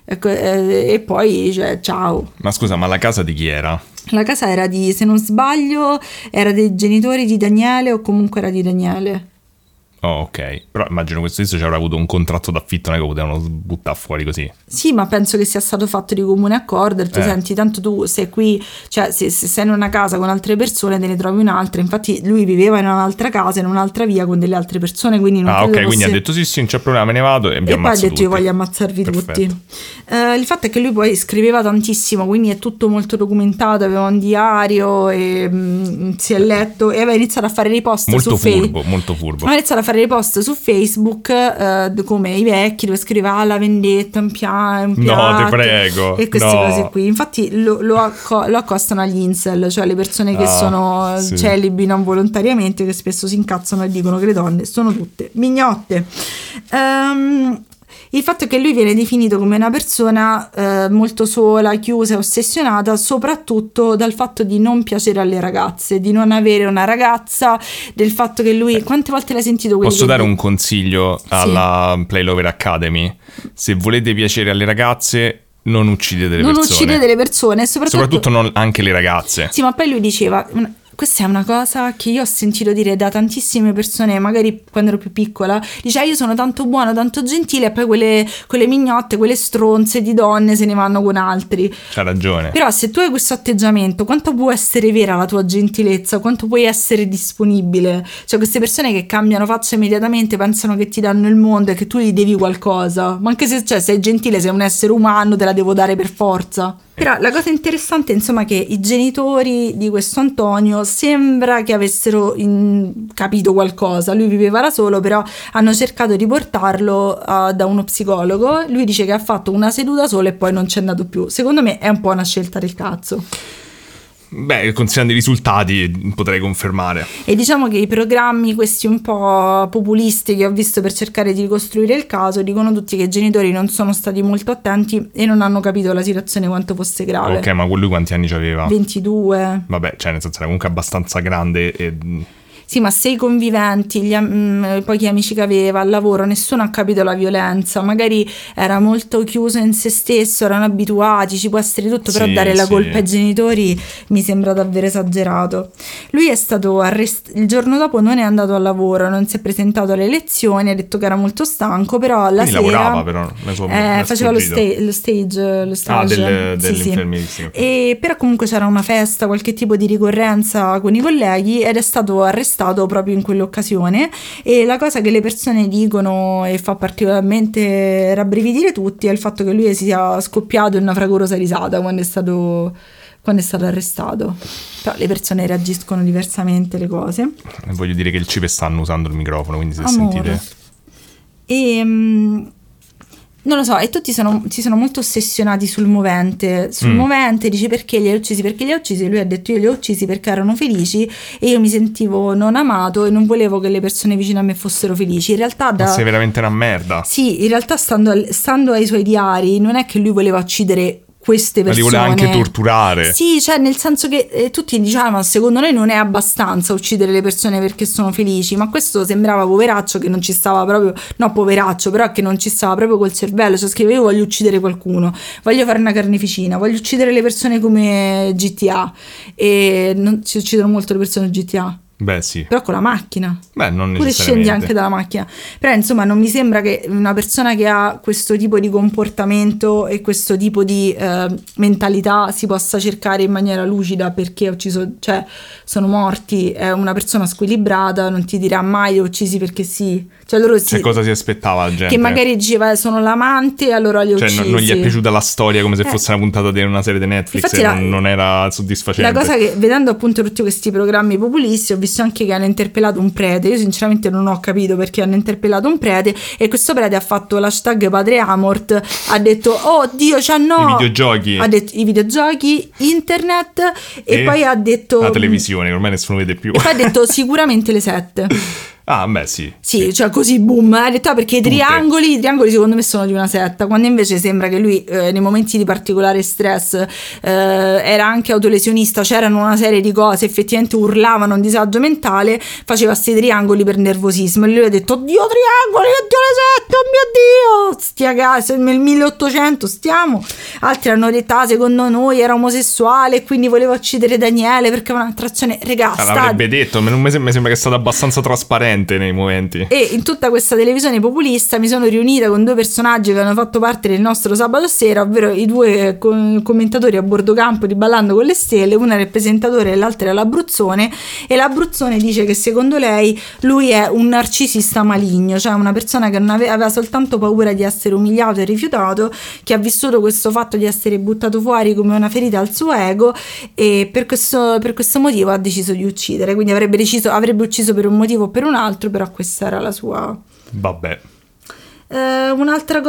e poi cioè, ciao. Ma scusa, ma la casa di chi era? La casa era se non sbaglio, era dei genitori di Daniele o comunque era di Daniele. Oh, ok. Però immagino questo tizio ci avrà avuto un contratto d'affitto, non è che potevano buttare fuori così. Sì, ma penso che sia stato fatto di comune accordo. Senti, tanto tu sei qui, cioè se sei in una casa con altre persone te ne trovi un'altra. Infatti lui viveva in un'altra casa, in un'altra via con delle altre persone, quindi non ok, quindi ha detto sì, non c'è problema, me ne vado e mi ammazzo poi ha detto tutti. Io voglio ammazzarvi tutti. Il fatto è che lui poi scriveva tantissimo, quindi è tutto molto documentato, aveva un diario e si è letto e aveva iniziato a fare dei post molto furbo. Aveva iniziato a fare dei post su Facebook come i vecchi, dove scriveva la vendetta, un piatto, no, te prego, e queste cose qui. Infatti lo accostano agli incel, cioè le persone che sono celibi non volontariamente, che spesso si incazzano e dicono che le donne sono tutte mignotte. Il fatto è che lui viene definito come una persona molto sola, chiusa e ossessionata soprattutto dal fatto di non piacere alle ragazze, di non avere una ragazza, del fatto che lui... Quante volte l'hai sentito? Posso dare un consiglio alla Play Lover Academy? Se volete piacere alle ragazze, non uccidete le persone. Non uccidete le persone, soprattutto non anche le ragazze. Sì, ma poi lui diceva... Questa è una cosa che io ho sentito dire da tantissime persone, magari quando ero più piccola, diceva io sono tanto buono, tanto gentile e poi quelle mignotte, quelle stronze di donne se ne vanno con altri. C'ha ragione. Però se tu hai questo atteggiamento, quanto può essere vera la tua gentilezza, quanto puoi essere disponibile? Cioè queste persone che cambiano faccia immediatamente, pensano che ti danno il mondo e che tu gli devi qualcosa, ma anche se sei gentile, sei un essere umano, te la devo dare per forza. Però la cosa interessante insomma che i genitori di questo Antonio sembra che avessero capito qualcosa. Lui viveva da solo, però hanno cercato di portarlo da uno psicologo. Lui dice che ha fatto una seduta sola e poi non c'è andato più. Secondo me è un po' una scelta del cazzo. Beh, considerando i risultati potrei confermare. E diciamo che i programmi questi un po' populisti che ho visto per cercare di ricostruire il caso dicono tutti che i genitori non sono stati molto attenti e non hanno capito la situazione quanto fosse grave. Ok, ma lui quanti anni aveva? 22. Vabbè, cioè nel senso era comunque abbastanza grande e... Sì, ma se i conviventi, pochi amici che aveva al lavoro, nessuno ha capito la violenza, magari era molto chiuso in se stesso, erano abituati, ci può essere tutto, però dare la colpa ai genitori mi sembra davvero esagerato. Lui è stato arrestato, il giorno dopo non è andato al lavoro, non si è presentato alle lezioni, ha detto che era molto stanco, però la sera lavorava, però faceva lo stage dell'infermieristica. E però comunque c'era una festa, qualche tipo di ricorrenza con i colleghi, ed è stato arrestato proprio in quell'occasione. E la cosa che le persone dicono e fa particolarmente rabbrividire tutti è il fatto che lui sia scoppiato in una fragorosa risata quando è stato arrestato. Però le persone reagiscono diversamente le cose. Voglio dire che il CIPE stanno usando il microfono, quindi se sentite... E non lo so, e tutti si sono molto ossessionati sul movente. Dice perché li hai uccisi, e lui ha detto io li ho uccisi perché erano felici e io mi sentivo non amato e non volevo che le persone vicine a me fossero felici. In realtà ma sei veramente una merda. Sì, in realtà stando ai suoi diari non è che lui voleva uccidere queste persone, ma li voleva anche torturare. Sì, cioè nel senso che tutti dicevano ma secondo noi non è abbastanza uccidere le persone perché sono felici, ma questo sembrava poveraccio che non ci stava proprio, no poveraccio, però che non ci stava proprio col cervello. Cioè scriveva io voglio uccidere qualcuno, voglio fare una carneficina, voglio uccidere le persone come GTA, e non si uccidono molto le persone GTA. Beh sì. Però con la macchina. Beh, non pure scendi anche dalla macchina. Però insomma non mi sembra che una persona che ha questo tipo di comportamento e questo tipo di mentalità si possa cercare in maniera lucida perché ha ucciso, cioè sono morti, è una persona squilibrata, non ti dirà mai li ho uccisi perché sì. Cioè loro cioè cosa si aspettava la gente? Che magari diceva sono l'amante e allora li ho uccisi. Non gli è piaciuta la storia come se fosse una puntata di una serie di Netflix. Infatti non era soddisfacente. La cosa che vedendo appunto tutti questi programmi populisti ho visto anche che hanno interpellato un prete. Io sinceramente non ho capito perché hanno interpellato un prete, e questo prete ha fatto l'hashtag Padre Amort, ha detto oh Dio cioè no, i videogiochi, ha detto i videogiochi, internet e poi ha detto la televisione, ormai nessuno vede più, e poi ha detto sicuramente le 7. Ah, beh, sì. Sì, cioè così boom, ha detto perché i triangoli secondo me sono di una setta, quando invece sembra che lui nei momenti di particolare stress era anche autolesionista, c'erano una serie di cose, effettivamente urlavano un disagio mentale, faceva questi triangoli per nervosismo e lui ha detto oddio triangoli, oddio le sette, oh mio Dio, stia casa, nel 1800 stiamo. Altri hanno detto secondo noi era omosessuale e quindi voleva uccidere Daniele perché aveva un'attrazione, l'avrebbe detto, mi sembra che è stato abbastanza trasparente nei momenti. E in tutta questa televisione populista mi sono riunita con due personaggi che hanno fatto parte del nostro sabato sera, ovvero i due commentatori a bordo campo di Ballando con le Stelle, una era il presentatore e l'altra era l'Abruzzone, e l'Abruzzone dice che secondo lei lui è un narcisista maligno, cioè una persona che non aveva soltanto paura di essere umiliato e rifiutato, che ha vissuto questo fatto di essere buttato fuori come una ferita al suo ego, e per questo motivo ha deciso di uccidere, quindi avrebbe ucciso per un motivo o per un altro, però questa era la sua. Vabbè. Un'altra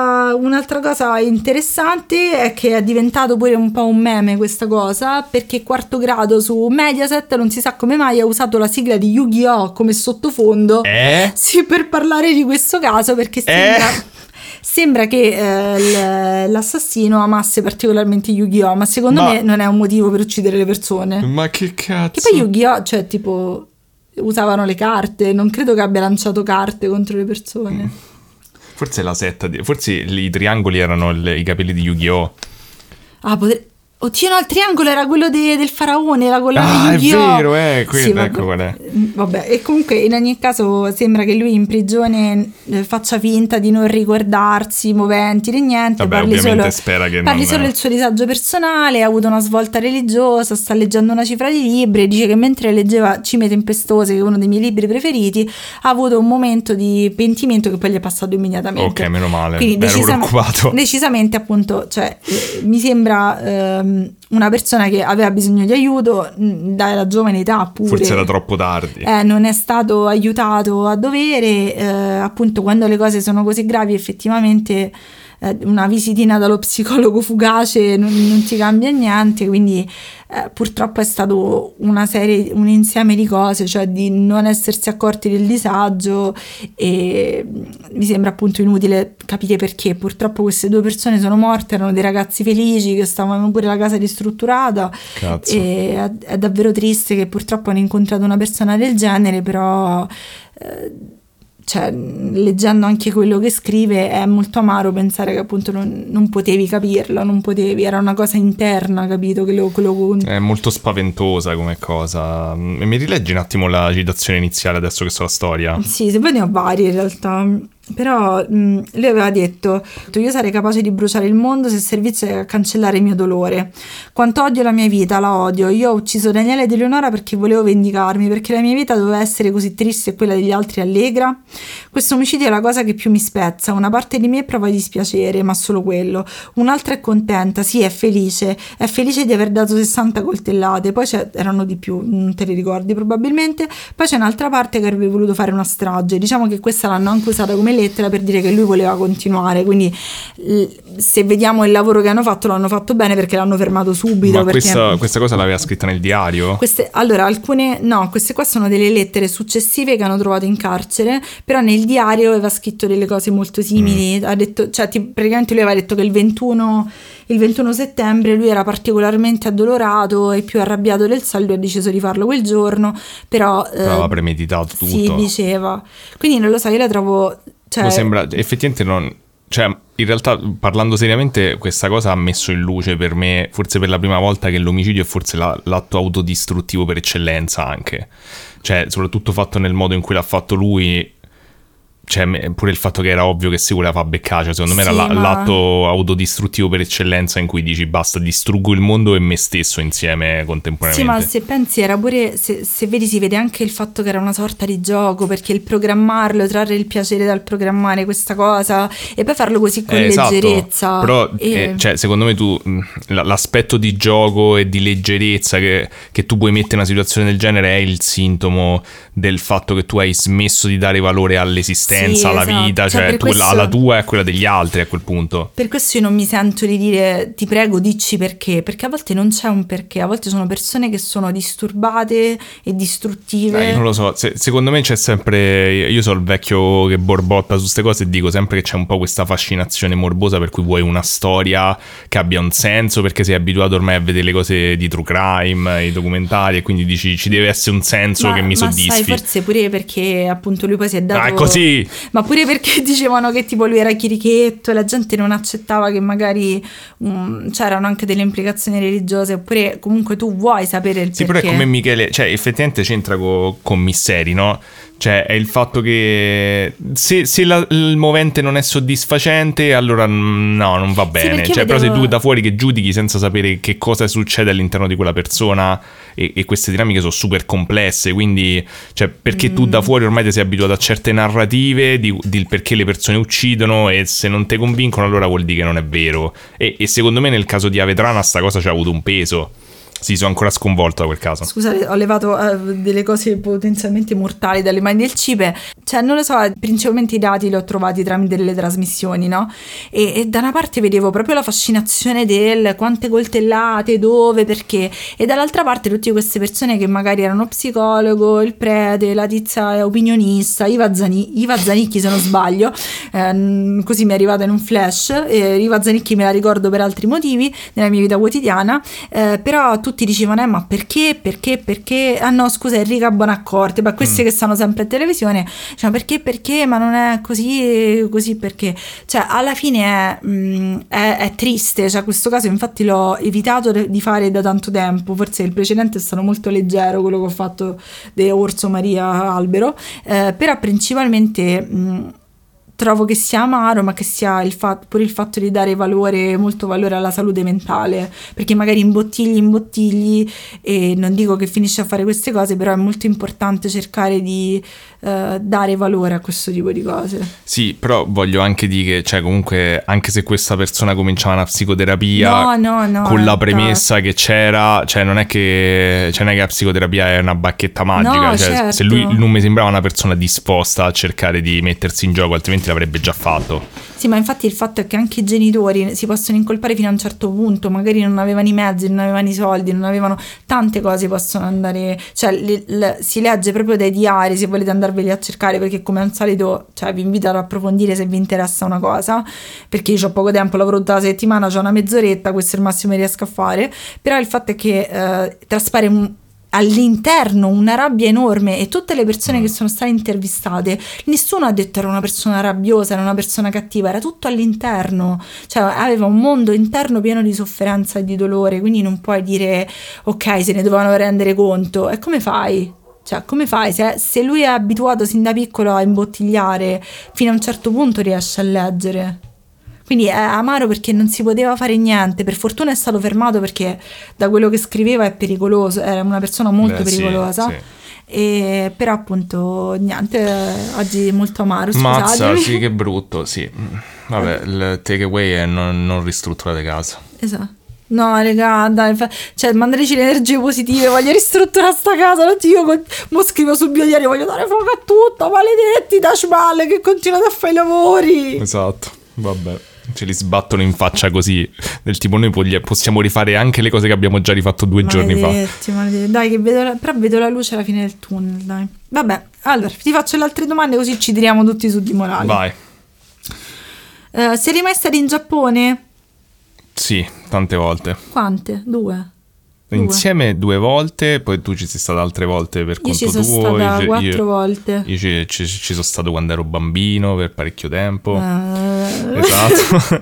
cosa interessante è che è diventato pure un po' un meme questa cosa, perché Quarto Grado su Mediaset non si sa come mai ha usato la sigla di Yu-Gi-Oh! Come sottofondo sì, per parlare di questo caso, perché sembra che l'assassino amasse particolarmente Yu-Gi-Oh! Ma secondo me non è un motivo per uccidere le persone. Ma che cazzo? Che poi Yu-Gi-Oh! Cioè tipo usavano le carte, non credo che abbia lanciato carte contro le persone. Forse la setta forse i triangoli erano i capelli di Yu-Gi-Oh! Oddio no, il triangolo era quello del faraone, la collana di Yu-Gi-Oh! È vero, quello, sì, ecco qual è. Vabbè, e comunque in ogni caso sembra che lui in prigione faccia finta di non ricordarsi moventi né niente. Vabbè, parli solo del suo disagio personale, ha avuto una svolta religiosa, sta leggendo una cifra di libri, dice che mentre leggeva Cime tempestose, che è uno dei miei libri preferiti, ha avuto un momento di pentimento che poi gli è passato immediatamente. Ok, meno male. Quindi decisamente appunto, cioè mi sembra una persona che aveva bisogno di aiuto dalla giovane età pure. Forse era troppo tardi. Non è stato aiutato a dovere, appunto quando le cose sono così gravi effettivamente una visitina dallo psicologo fugace non ti cambia niente, quindi purtroppo è stato un insieme di cose, cioè di non essersi accorti del disagio, e mi sembra appunto inutile capire perché. Purtroppo queste 2 persone sono morte, erano dei ragazzi felici che stavano pure la casa ristrutturata. Cazzo. E è davvero triste che purtroppo hanno incontrato una persona del genere, però cioè, leggendo anche quello che scrive è molto amaro pensare che appunto non potevi capirlo, non potevi, era una cosa interna, capito? È molto spaventosa come cosa. E mi rileggi un attimo la citazione iniziale adesso che so la storia? Sì, se poi ne ho varie in realtà. Però lui aveva detto: io sarei capace di bruciare il mondo se servisse a cancellare il mio dolore. Quanto odio la mia vita, la odio. Io ho ucciso Daniele ed Eleonora perché volevo vendicarmi, perché la mia vita doveva essere così triste e quella degli altri allegra. Questo omicidio è la cosa che più mi spezza. Una parte di me prova dispiacere, ma solo quello. Un'altra è contenta, sì, è felice di aver dato 60 coltellate. Poi erano di più, non te li ricordi probabilmente. Poi c'è un'altra parte che avrebbe voluto fare una strage. Diciamo che questa l'hanno anche usata come lettera per dire che lui voleva continuare, quindi se vediamo il lavoro che hanno fatto, l'hanno fatto bene, perché l'hanno fermato subito. Ma perché questa cosa l'aveva scritta nel diario? queste qua sono delle lettere successive che hanno trovato in carcere, però nel diario aveva scritto delle cose molto simili. Ha detto, cioè praticamente lui aveva detto che il 21 settembre lui era particolarmente addolorato e più arrabbiato del solito, e ha deciso di farlo quel giorno, però aveva premeditato tutto. Sì, diceva. Quindi non lo so, io la trovo, cioè, sembra effettivamente non, cioè in realtà, parlando seriamente, questa cosa ha messo in luce per me, forse per la prima volta, che l'omicidio è forse l'atto autodistruttivo per eccellenza, anche, cioè soprattutto fatto nel modo in cui l'ha fatto lui. Cioè, pure il fatto che era ovvio che si voleva far beccare, cioè, secondo me era l'atto autodistruttivo per eccellenza, in cui dici basta, distruggo il mondo e me stesso insieme contemporaneamente. Sì, ma se pensi era pure, se vedi, si vede anche il fatto che era una sorta di gioco, perché il programmarlo, trarre il piacere dal programmare questa cosa e poi farlo così con leggerezza. Però cioè, secondo me tu l'aspetto di gioco e di leggerezza che tu puoi mettere in una situazione del genere è il sintomo del fatto che tu hai smesso di dare valore all'esistenza, alla vita, cioè tu, la tua è quella degli altri a quel punto. Per questo io non mi sento di dire ti prego dici perché a volte non c'è un perché, a volte sono persone che sono disturbate e distruttive. Non lo so, secondo me c'è sempre, io sono il vecchio che borbotta su queste cose e dico sempre che c'è un po' questa fascinazione morbosa per cui vuoi una storia che abbia un senso, perché sei abituato ormai a vedere le cose di true crime, i documentari, e quindi dici ci deve essere un senso che mi soddisfi. Sai, forse pure perché appunto lui poi si è dato... è così! Ma pure perché dicevano che tipo lui era chirichetto e la gente non accettava, che magari c'erano anche delle implicazioni religiose, oppure comunque tu vuoi sapere il perché. Sì, però è come Michele, cioè effettivamente c'entra con Misseri, no? Cioè è il fatto che se il movente non è soddisfacente, allora no, non va bene. Cioè, però sei tu da fuori che giudichi senza sapere che cosa succede all'interno di quella persona, e queste dinamiche sono super complesse, quindi cioè, perché tu da fuori ormai ti sei abituato a certe narrative di perché le persone uccidono, e se non ti convincono allora vuol dire che non è vero, e secondo me nel caso di Avetrana sta cosa ci ha avuto un peso. Sì, sono ancora sconvolto da quel caso. Scusate, ho levato delle cose potenzialmente mortali dalle mani del CIPE. Cioè, non lo so, principalmente i dati li ho trovati tramite delle trasmissioni, no? E da una parte vedevo proprio la fascinazione del quante coltellate, dove, perché. E dall'altra parte tutte queste persone che magari erano psicologo, il prete, la tizia è opinionista, Iva Zanicchi se non sbaglio, così mi è arrivata in un flash. Iva Zanicchi me la ricordo per altri motivi nella mia vita quotidiana, però tutti dicevano ma perché? Ah no, scusa, Enrica Bonaccorte, ma questi che stanno sempre in televisione, cioè perché, ma non è così perché? Cioè alla fine è triste, cioè questo caso infatti l'ho evitato di fare da tanto tempo, forse il precedente è stato molto leggero, quello che ho fatto di Orso Maria Albero, però principalmente trovo che sia amaro, ma che sia pure il fatto di dare molto valore alla salute mentale, perché magari imbottigli, e non dico che finisce a fare queste cose, però è molto importante cercare di dare valore a questo tipo di cose. Sì, però voglio anche dire che, cioè, comunque, anche se questa persona cominciava una psicoterapia con la premessa che c'era, cioè non è che la psicoterapia è una bacchetta magica, cioè, certo. Se lui non mi sembrava una persona disposta a cercare di mettersi in gioco, altrimenti altrimenti l'avrebbe già fatto. Sì, ma infatti il fatto è che anche i genitori si possono incolpare fino a un certo punto, magari non avevano i mezzi, non avevano i soldi, non avevano tante cose, possono andare, cioè si legge proprio dai diari, se volete andarveli a cercare, perché come al solito, cioè, vi invito ad approfondire se vi interessa una cosa, perché io ho poco tempo, lavoro tutta la settimana, ho una mezz'oretta, questo è il massimo che riesco a fare, però il fatto è che traspare all'interno una rabbia enorme, e tutte le persone che sono state intervistate, nessuno ha detto era una persona rabbiosa, era una persona cattiva, era tutto all'interno, cioè aveva un mondo interno pieno di sofferenza e di dolore, quindi non puoi dire ok, se ne dovevano rendere conto. E come fai? Cioè, come fai? Se lui è abituato sin da piccolo a imbottigliare, fino a un certo punto riesce a leggere. Quindi è amaro perché non si poteva fare niente. Per fortuna è stato fermato, perché da quello che scriveva è pericoloso, era una persona molto pericolosa. Sì. Però appunto niente, oggi è molto amaro. Scusatemi. Mazza, sì, che brutto, sì. Vabbè, il takeaway è non ristrutturate casa. Esatto. No, raga, dai, cioè mandateci le energie positive, voglio ristrutturare sta casa, non io mo scrivo sul mio diario, voglio dare fuoco a tutto, maledetti Taj Mahal che continuate a fare i lavori. Esatto, vabbè. Ce li sbattono in faccia così, del tipo noi possiamo rifare anche le cose che abbiamo già rifatto 2 giorni fa. Maledetti. Dai, che vedo la luce alla fine del tunnel, dai. Vabbè, allora ti faccio le altre domande così ci tiriamo tutti su di morale. Vai. Sei mai stati in Giappone? Sì, tante volte. Quante? 2? Insieme 2 volte, poi tu ci sei stata altre volte per conto tuo. Io ci sono stata 4 volte. Io ci sono stato quando ero bambino per parecchio tempo. Esatto.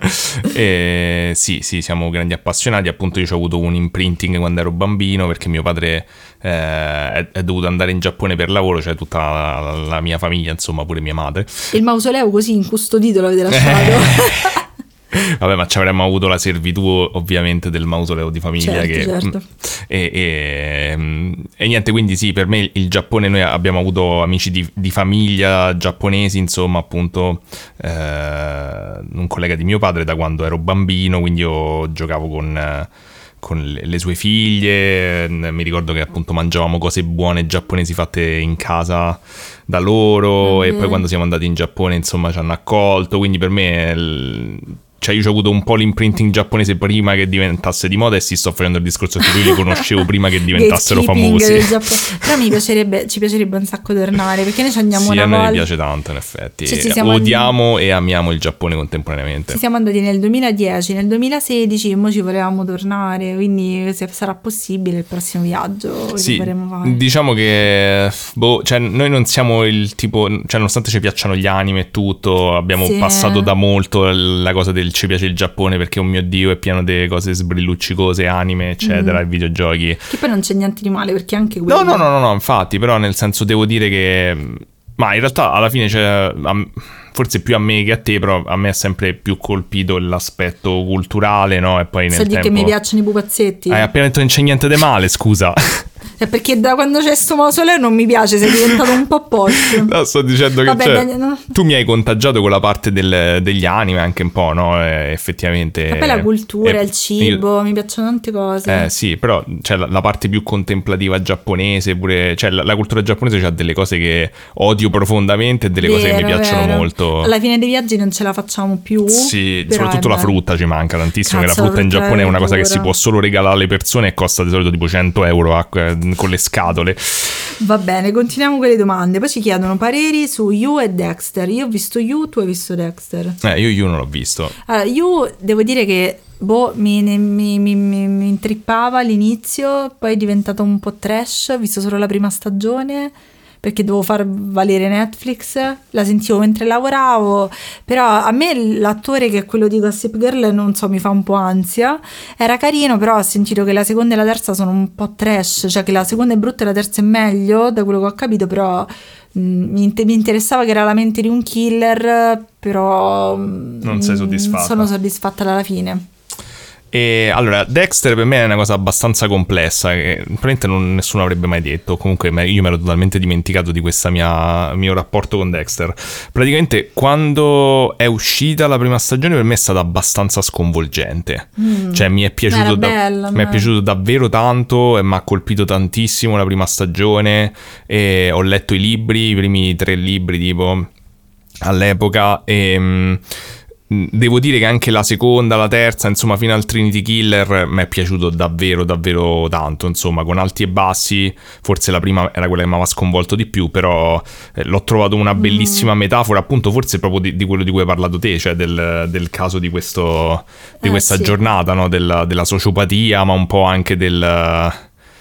E sì, siamo grandi appassionati. Appunto io ho avuto un imprinting quando ero bambino, perché mio padre è dovuto andare in Giappone per lavoro, cioè tutta la mia famiglia, insomma, pure mia madre. Il mausoleo così incustodito l'avete lasciato? Vabbè, ma ci avremmo avuto la servitù ovviamente del mausoleo di famiglia. Certo. E niente, quindi sì, per me il Giappone, noi abbiamo avuto amici di famiglia giapponesi, insomma, appunto un collega di mio padre da quando ero bambino, quindi io giocavo con le sue figlie, mi ricordo che appunto mangiavamo cose buone giapponesi fatte in casa da loro, e poi quando siamo andati in Giappone, insomma, ci hanno accolto, quindi per me cioè io ho avuto un po' l'imprinting giapponese prima che diventasse di moda, e sto facendo il discorso che io li conoscevo prima che diventassero famosi. Però ci piacerebbe un sacco tornare, perché noi ci andiamo una volta. Sì, a me piace tanto in effetti. Cioè, odiamo e amiamo il Giappone contemporaneamente. Ci siamo andati nel 2010, nel 2016 e mo ci volevamo tornare, quindi se sarà possibile il prossimo viaggio sì, vorremmo fare. Diciamo che cioè noi non siamo il tipo, cioè nonostante ci piacciono gli anime e tutto, abbiamo passato da molto la cosa del ci piace il Giappone perché oh mio Dio è pieno di cose sbrilluccicose, anime eccetera, e videogiochi, che poi non c'è niente di male, perché anche quello no infatti, però nel senso devo dire che ma in realtà alla fine forse più a me che a te, però a me è sempre più colpito l'aspetto culturale, no? E poi nel tempo che mi piacciono i pupazzetti. Hai appena detto che non c'è niente di male, scusa. È perché da quando c'è sto mausoleo non mi piace, sei diventato un po' post. No, sto dicendo che tu mi hai contagiato con la parte degli anime anche un po', no? Effettivamente. Ma poi la cultura, il cibo, mi piacciono tante cose. Sì, però cioè, la parte più contemplativa giapponese, pure, cioè la cultura giapponese ha delle cose che odio profondamente e delle cose che mi piacciono molto. Alla fine dei viaggi non ce la facciamo più. Sì, soprattutto la frutta ci manca tantissimo, che la frutta in Giappone è una cosa che si può solo regalare alle persone e costa di solito tipo 100 euro con le scatole. Va bene, continuiamo con le domande. Poi ci chiedono pareri su You e Dexter. Io ho visto You, tu hai visto Dexter? Io non l'ho visto. Allora, You devo dire che mi intrippava all'inizio, poi è diventato un po' trash, ho visto solo la prima stagione perché dovevo far valere Netflix, la sentivo mentre lavoravo, però a me l'attore che è quello di Gossip Girl, non so, mi fa un po' ansia. Era carino, però ho sentito che la seconda e la terza sono un po' trash, cioè che la seconda è brutta e la terza è meglio, da quello che ho capito, però mi interessava che era la mente di un killer, però non sei soddisfatta. Sono soddisfatta alla fine. E allora, Dexter per me è una cosa abbastanza complessa che probabilmente nessuno avrebbe mai detto. Comunque io mi ero totalmente dimenticato di questo mio rapporto con Dexter. Praticamente quando è uscita la prima stagione per me è stata abbastanza sconvolgente. Cioè mi è piaciuto davvero tanto e mi ha colpito tantissimo la prima stagione, e ho letto i primi 3 libri tipo. all'epoca, e devo dire che anche la seconda, la terza, insomma fino al Trinity Killer mi è piaciuto davvero davvero tanto, insomma, con alti e bassi. Forse la prima era quella che mi aveva sconvolto di più, però l'ho trovato una bellissima metafora, appunto, forse proprio di quello di cui hai parlato te, cioè del caso di questa giornata, no? della sociopatia, ma un po' anche della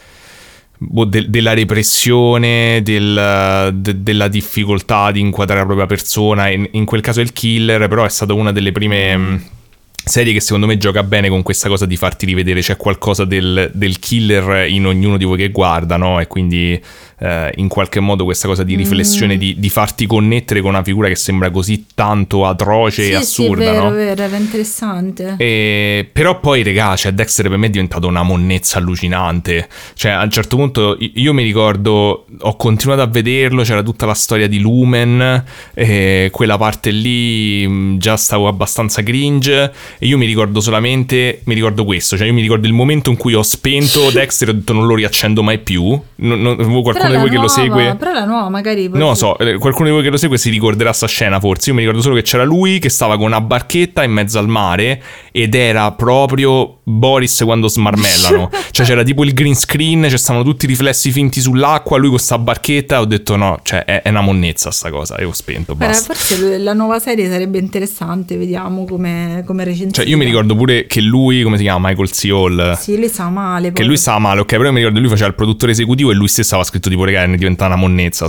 repressione, della difficoltà di inquadrare la propria persona. In quel caso il killer però è stata una delle prime serie che secondo me gioca bene con questa cosa di farti rivedere c'è qualcosa del killer in ognuno di voi che guarda, no? E quindi in qualche modo questa cosa di riflessione, di farti connettere con una figura che sembra così tanto atroce e assurda, sì, è vero, no? vero, era interessante. Però poi, regà, cioè Dexter per me è diventato una monnezza allucinante. Cioè a un certo punto io mi ricordo, ho continuato a vederlo, c'era tutta la storia di Lumen, quella parte lì già stavo abbastanza cringe, e io mi ricordo questo, cioè io mi ricordo il momento in cui ho spento Dexter e ho detto non lo riaccendo mai più. Qualcuno di voi che lo segue, però la nuova magari non lo so, qualcuno di voi che lo segue si ricorderà sta scena, forse. Io mi ricordo solo che c'era lui che stava con una barchetta in mezzo al mare ed era proprio Boris quando smarmellano. Cioè c'era tipo il green screen, ci stavano tutti i riflessi finti sull'acqua, lui con sta barchetta, e ho detto no, cioè è una monnezza sta cosa, e ho spento, basta. Forse la nuova serie sarebbe interessante, vediamo come recensita. Cioè io mi ricordo pure che lui, come si chiama, Michael C. Hall, sì, lui stava male poi. Che lui stava male, ok, però io mi ricordo lui faceva il produttore esecutivo e lui stesso aveva scritto tipo regà, ne diventa una monnezza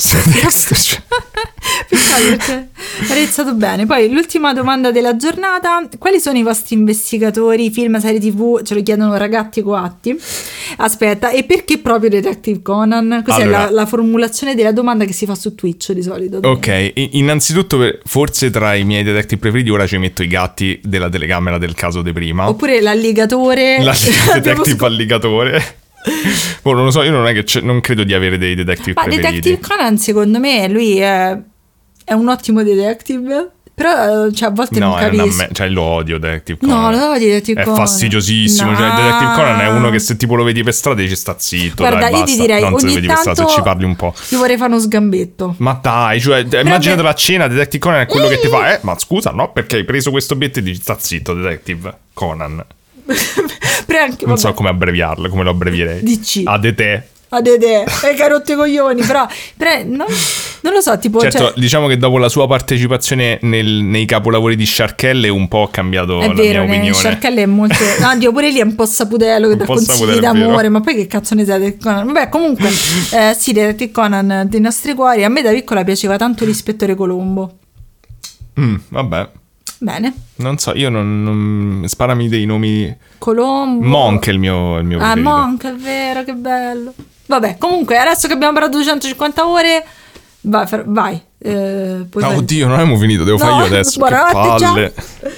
perché ha realizzato bene. Poi l'ultima domanda della giornata: quali sono i vostri investigatori, film, serie TV? Ce lo chiedono ragazzi coatti. Aspetta, e perché proprio Detective Conan? Cos'è allora, la formulazione della domanda che si fa su Twitch di solito? Ok, innanzitutto forse tra i miei detective preferiti ora ci metto i gatti della telecamera del caso di prima, oppure l'alligatore, detective alligatore. Non lo so, io non è che non credo di avere dei detective preferiti. Detective Conan secondo me lui è un ottimo detective, però cioè, a volte non capisco. Cioè lo odio Detective Conan. No, lo odio Detective Conan. È fastidiosissimo, no. Cioè Detective Conan è uno che se tipo lo vedi per strada dici sta zitto. Guarda, dai, io ti direi non ogni se vedi tanto per strada, se ci parli un po'. Io vorrei fare uno sgambetto. Ma dai, cioè immaginate la cena, Detective Conan è quello che ti fa ma scusa, no, perché hai preso questo obiettivo e dici sta zitto Detective Conan. Non so come abbreviarlo, come lo abbrevierei. DC. ADT. Che ha rotto i coglioni, però non lo so, tipo, certo, cioè, diciamo che dopo la sua partecipazione nei capolavori di Sharkelle un po' ha cambiato la mia opinione. Sharkelle è molto oddio, pure lì è un po' saputello che dà consigli d'amore, ma poi che cazzo ne sai Conan? Vabbè, comunque sì, Detective Conan dei nostri cuori. A me da piccola piaceva tanto l'ispettore Colombo. Vabbè, bene, non so, io non sparami dei nomi. Colombo, Monk è il mio preferito. Monk, è vero, che bello. Vabbè, comunque adesso che abbiamo parlato 250 ore, vai. Oddio, non abbiamo finito, devo fare io adesso. Che palle.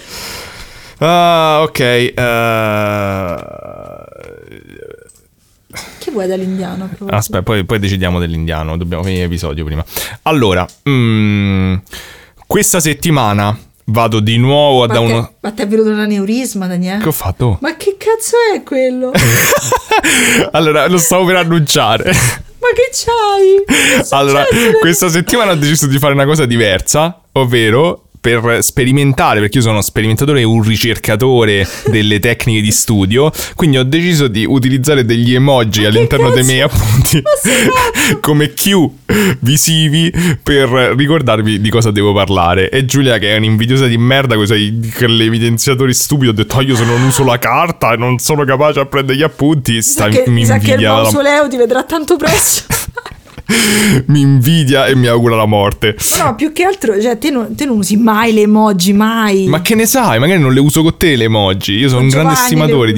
Ok. Che vuoi dall'indiano? Aspetta, poi decidiamo dell'indiano. Dobbiamo finire l'episodio prima. Allora, questa settimana vado di nuovo da uno. Ma ti è venuto un aneurisma, Daniele? Che ho fatto? Ma che cazzo è quello? Allora, lo stavo per annunciare. Ma che c'hai? Allora, questa settimana ho deciso di fare una cosa diversa, ovvero per sperimentare, perché io sono sperimentatore e un ricercatore delle tecniche di studio, quindi ho deciso di utilizzare degli emoji all'interno dei miei appunti come cue visivi per ricordarvi di cosa devo parlare. E Giulia, che è un'invidiosa di merda con le evidenziatori stupidi, ho detto io se non uso la carta e non sono capace a prendere gli appunti, mi invidia. Che il mausoleo ti vedrà tanto presto. Mi invidia e mi augura la morte. No, più che altro, cioè, te non usi mai le emoji, mai. Ma che ne sai, magari non le uso con te le emoji. Io sono un grande stimatore di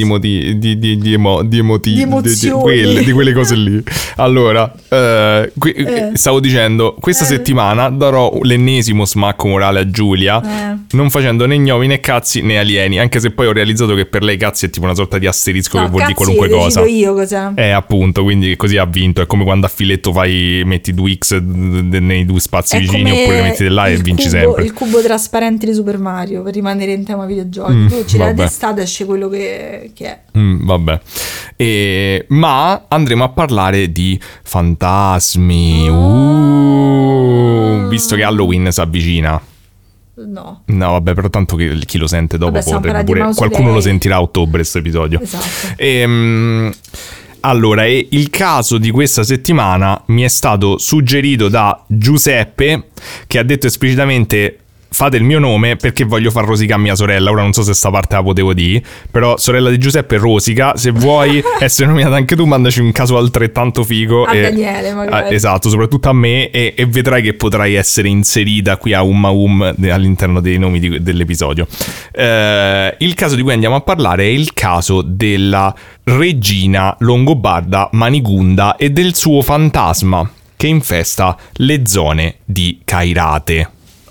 emozioni, di quelle cose lì. Allora, stavo dicendo, questa settimana darò l'ennesimo smacco morale a Giulia, non facendo né gnomi né cazzi né alieni, anche se poi ho realizzato che per lei cazzi è tipo una sorta di asterisco che vuol dire qualunque cosa. Io cos'è? Appunto, quindi così ha vinto. È come quando a filetto metti 2x nei due spazi vicini, oppure metti là e vinci sempre. Il cubo trasparente di Super Mario, per rimanere in tema videogiochi. Tu ci dai testata, esce quello che è. Vabbè. Ma andremo a parlare di fantasmi. Visto che Halloween si avvicina. No. No, vabbè, però tanto che chi lo sente dopo pure qualcuno lo sentirà a ottobre questo episodio. Esatto. Allora, il caso di questa settimana mi è stato suggerito da Giuseppe, che ha detto esplicitamente: fate il mio nome perché voglio far rosicare mia sorella. Ora non so se sta parte la potevo dire, però sorella di Giuseppe Rosica, se vuoi essere nominata anche tu, mandaci un caso altrettanto figo a Daniele magari. Esatto, soprattutto a me, e vedrai che potrai essere inserita qui a all'interno dei nomi dell'episodio. Il caso di cui andiamo a parlare è il caso della regina longobarda Manigunda e del suo fantasma che infesta le zone di Cairate.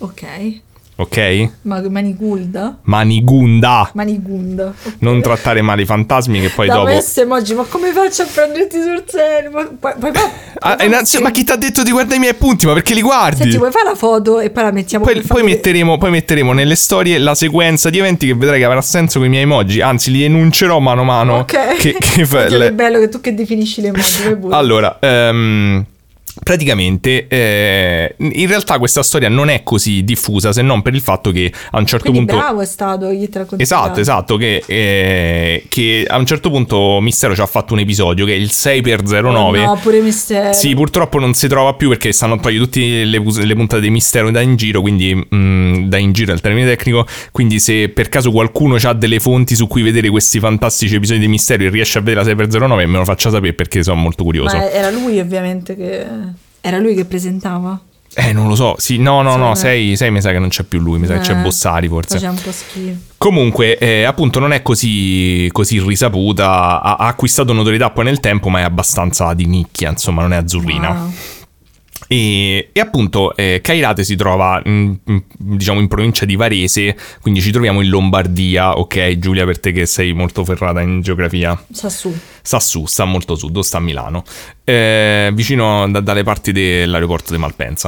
Ok? Manigunda? Manigunda. Okay. Non trattare male i fantasmi che poi dopo... Ma come faccio a prenderti sul serio? Ma chi ti ha detto di guardare i miei appunti? Ma perché li guardi? Senti, vuoi fare la foto e poi la mettiamo? Poi metteremo nelle storie la sequenza di eventi che vedrai che avrà senso con i miei emoji. Anzi, li enuncerò mano a mano. Ok. È bello che tu che definisci le emoji. Allora, praticamente in realtà questa storia non è così diffusa, se non per il fatto che a un certo punto bravo è stato chi te l'ha consigliato. esatto che a un certo punto Mistero ci ha fatto un episodio che è il 6x09. No, pure Mistero. Sì, purtroppo non si trova più perché stanno togliendo tutte le puntate di Mistero da in giro, quindi da in giro è il termine tecnico. Quindi se per caso qualcuno ha delle fonti su cui vedere questi fantastici episodi di Mistero e riesce a vedere la 6x09, me lo faccia sapere perché sono molto curioso. Ma era lui ovviamente era lui che presentava? Non lo so. Sì, no, 6 mi sa che non c'è più lui, mi sa che c'è Bossari forse. Faceva un po' schifo. Comunque, appunto, non è così risaputa, ha acquistato notorietà poi nel tempo, ma è abbastanza di nicchia, insomma, non è azzurrina. Wow. E appunto Cairate si trova diciamo in provincia di Varese, quindi ci troviamo in Lombardia. Ok, Giulia, per te che sei molto ferrata in geografia, sta molto a sud, sta a Milano, vicino dalle parti dell'aeroporto di Malpensa.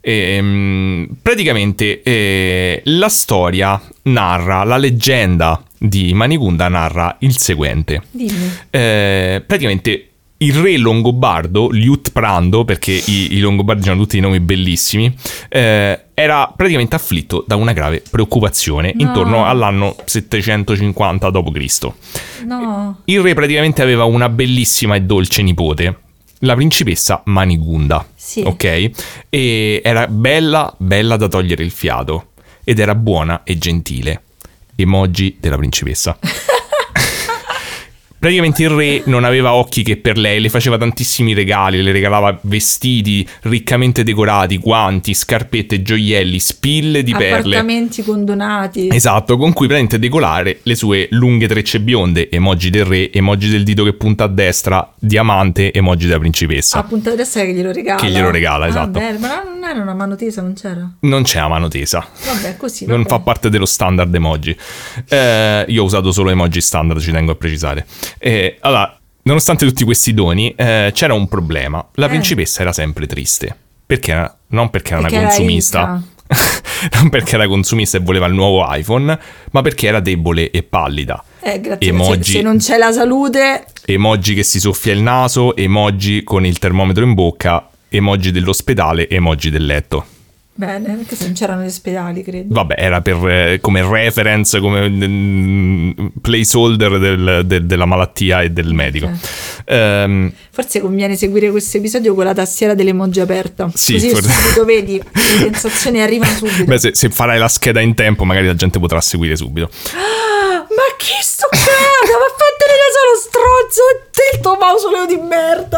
Praticamente la storia narra, la leggenda di Manigunda narra il seguente. Dimmi. Praticamente il re longobardo, Liutprando, perché i longobardi hanno tutti i nomi bellissimi, era praticamente afflitto da una grave preoccupazione intorno all'anno 750 d.C. No. Il re praticamente aveva una bellissima e dolce nipote, la principessa Manigunda. Sì. Ok? E era bella da togliere il fiato, ed era buona e gentile. Emoji della principessa. Praticamente il re non aveva occhi che per lei, le faceva tantissimi regali, le regalava vestiti riccamente decorati, guanti, scarpette, gioielli, spille di perle. Appartamenti condonati. Esatto, con cui praticamente decorare le sue lunghe trecce bionde, emoji del re, emoji del dito che punta a destra, diamante, emoji della principessa. A punta a destra che glielo regala. Esatto. Bello. Ma non era una mano tesa, non c'era? Non c'è la mano tesa. Vabbè, così. Non fa parte dello standard emoji. Io ho usato solo emoji standard, ci tengo a precisare. Allora, nonostante tutti questi doni, c'era un problema. La principessa era sempre triste. Perché? Non perché era una consumista. Non perché era consumista e voleva il nuovo iPhone, ma perché era debole e pallida. Grazie. Emoji, se non c'è la salute. Emoji che si soffia il naso, emoji con il termometro in bocca, emoji dell'ospedale, emoji del letto. Bene, anche se non c'erano gli ospedali, credo. Vabbè, era per come reference, come placeholder della malattia e del medico. Forse conviene seguire questo episodio con la tastiera dell'emoji aperta. Sì, così subito vedi, le sensazioni arrivano subito. Beh, se farai la scheda in tempo, magari la gente potrà seguire subito. Ma chi sto cazzo? Ma fate vedere solo stronzo e il tuo mausoleo di merda.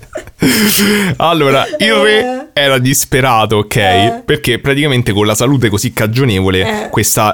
Allora, il re era disperato, ok? Perché praticamente con la salute così cagionevole questa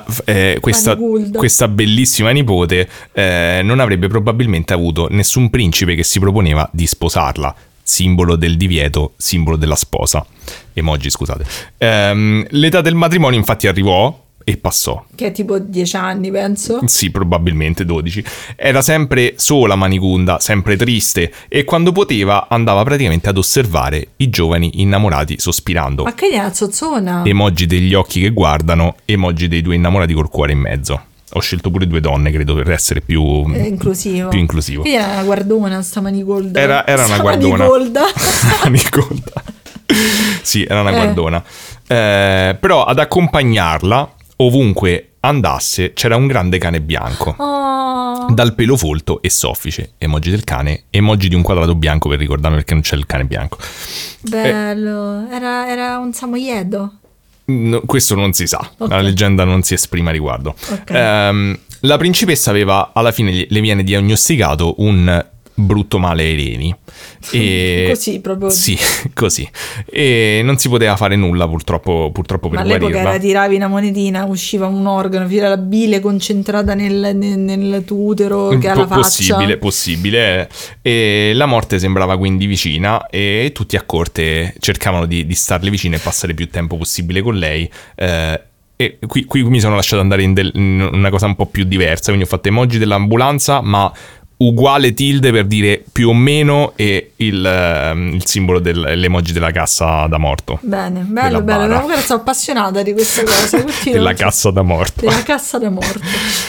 bellissima nipote non avrebbe probabilmente avuto nessun principe che si proponeva di sposarla. Simbolo del divieto, simbolo della sposa. Emoji, scusate. L'età del matrimonio infatti arrivò e passò. Che è tipo 10 anni, penso. Sì, probabilmente 12. Era sempre sola Manigunda, sempre triste, e quando poteva andava praticamente ad osservare i giovani innamorati sospirando. Ma che è una zozzona? Emoji degli occhi che guardano, emoji dei due innamorati col cuore in mezzo. Ho scelto pure 2 donne, credo, per essere più inclusivo. Quindi era una guardona, sta Manigolda. Era una guardona. Manigolda. Sì, era una guardona. Però ad accompagnarla, ovunque andasse, c'era un grande cane bianco. Dal pelo folto e soffice. Emoji del cane, emoji di un quadrato bianco per ricordarmi perché non c'è il cane bianco. Bello. Era un samoyedo? No, questo non si sa. Okay. La leggenda non si esprime a riguardo. Okay. La principessa aveva, alla fine le viene diagnosticato un brutto male ai reni. E così proprio. Sì, così. E non si poteva fare nulla purtroppo per guarirla. Ma all'epoca era tiravi una monetina, usciva un organo, era la bile concentrata nel tuo utero che ha la faccia. Possibile. E la morte sembrava quindi vicina e tutti a corte cercavano di starle vicino e passare più tempo possibile con lei. E qui mi sono lasciato andare in una cosa un po' più diversa, quindi ho fatto emoji dell'ambulanza, ma uguale tilde per dire più o meno, e il simbolo dell'emoji della cassa da morto. Bene, bello. Guarda, sono appassionata di questa cosa. Della cassa da morto. Della cassa da morto.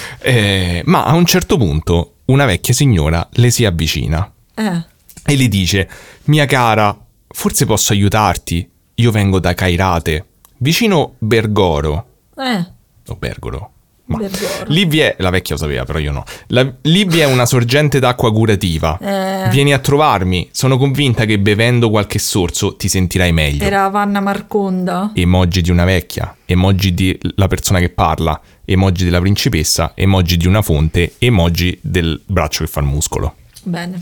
Ma a un certo punto una vecchia signora le si avvicina e le dice: mia cara, forse posso aiutarti? Io vengo da Cairate, vicino Bergoro. O Bergoro. Ma lì vi è, la vecchia lo sapeva, però io no. Lì vi è una sorgente d'acqua curativa. Vieni a trovarmi. Sono convinta che bevendo qualche sorso ti sentirai meglio. Era Vanna Marconda. Emoji di una vecchia, emoji di la persona che parla, emoji della principessa, emoji di una fonte, emoji del braccio che fa il muscolo. Bene.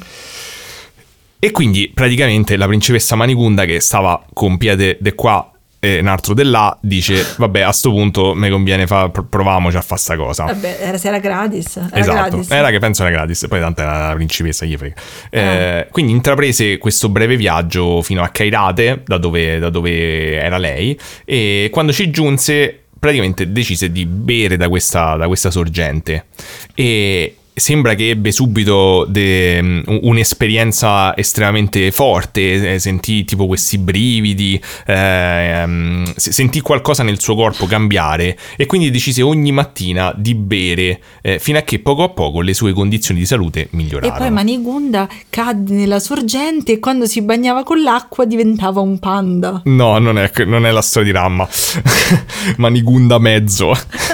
E quindi praticamente la principessa Manicunda, che stava con piede de qua e un altro di là, dice: vabbè, a sto punto mi conviene proviamoci a fare sta cosa. Vabbè, se era gratis. Esatto, era che penso era gratis, poi tanto era la principessa, gli frega. Quindi intraprese questo breve viaggio fino a Cairate, da dove era lei, e quando ci giunse praticamente decise di bere da questa sorgente, e sembra che ebbe subito un'esperienza estremamente forte, sentì tipo questi brividi, sentì qualcosa nel suo corpo cambiare, e quindi decise ogni mattina di bere fino a che poco a poco le sue condizioni di salute migliorarono. E poi Manigunda cadde nella sorgente e quando si bagnava con l'acqua diventava un panda. No, non è la storia di Ramma. Manigunda mezzo.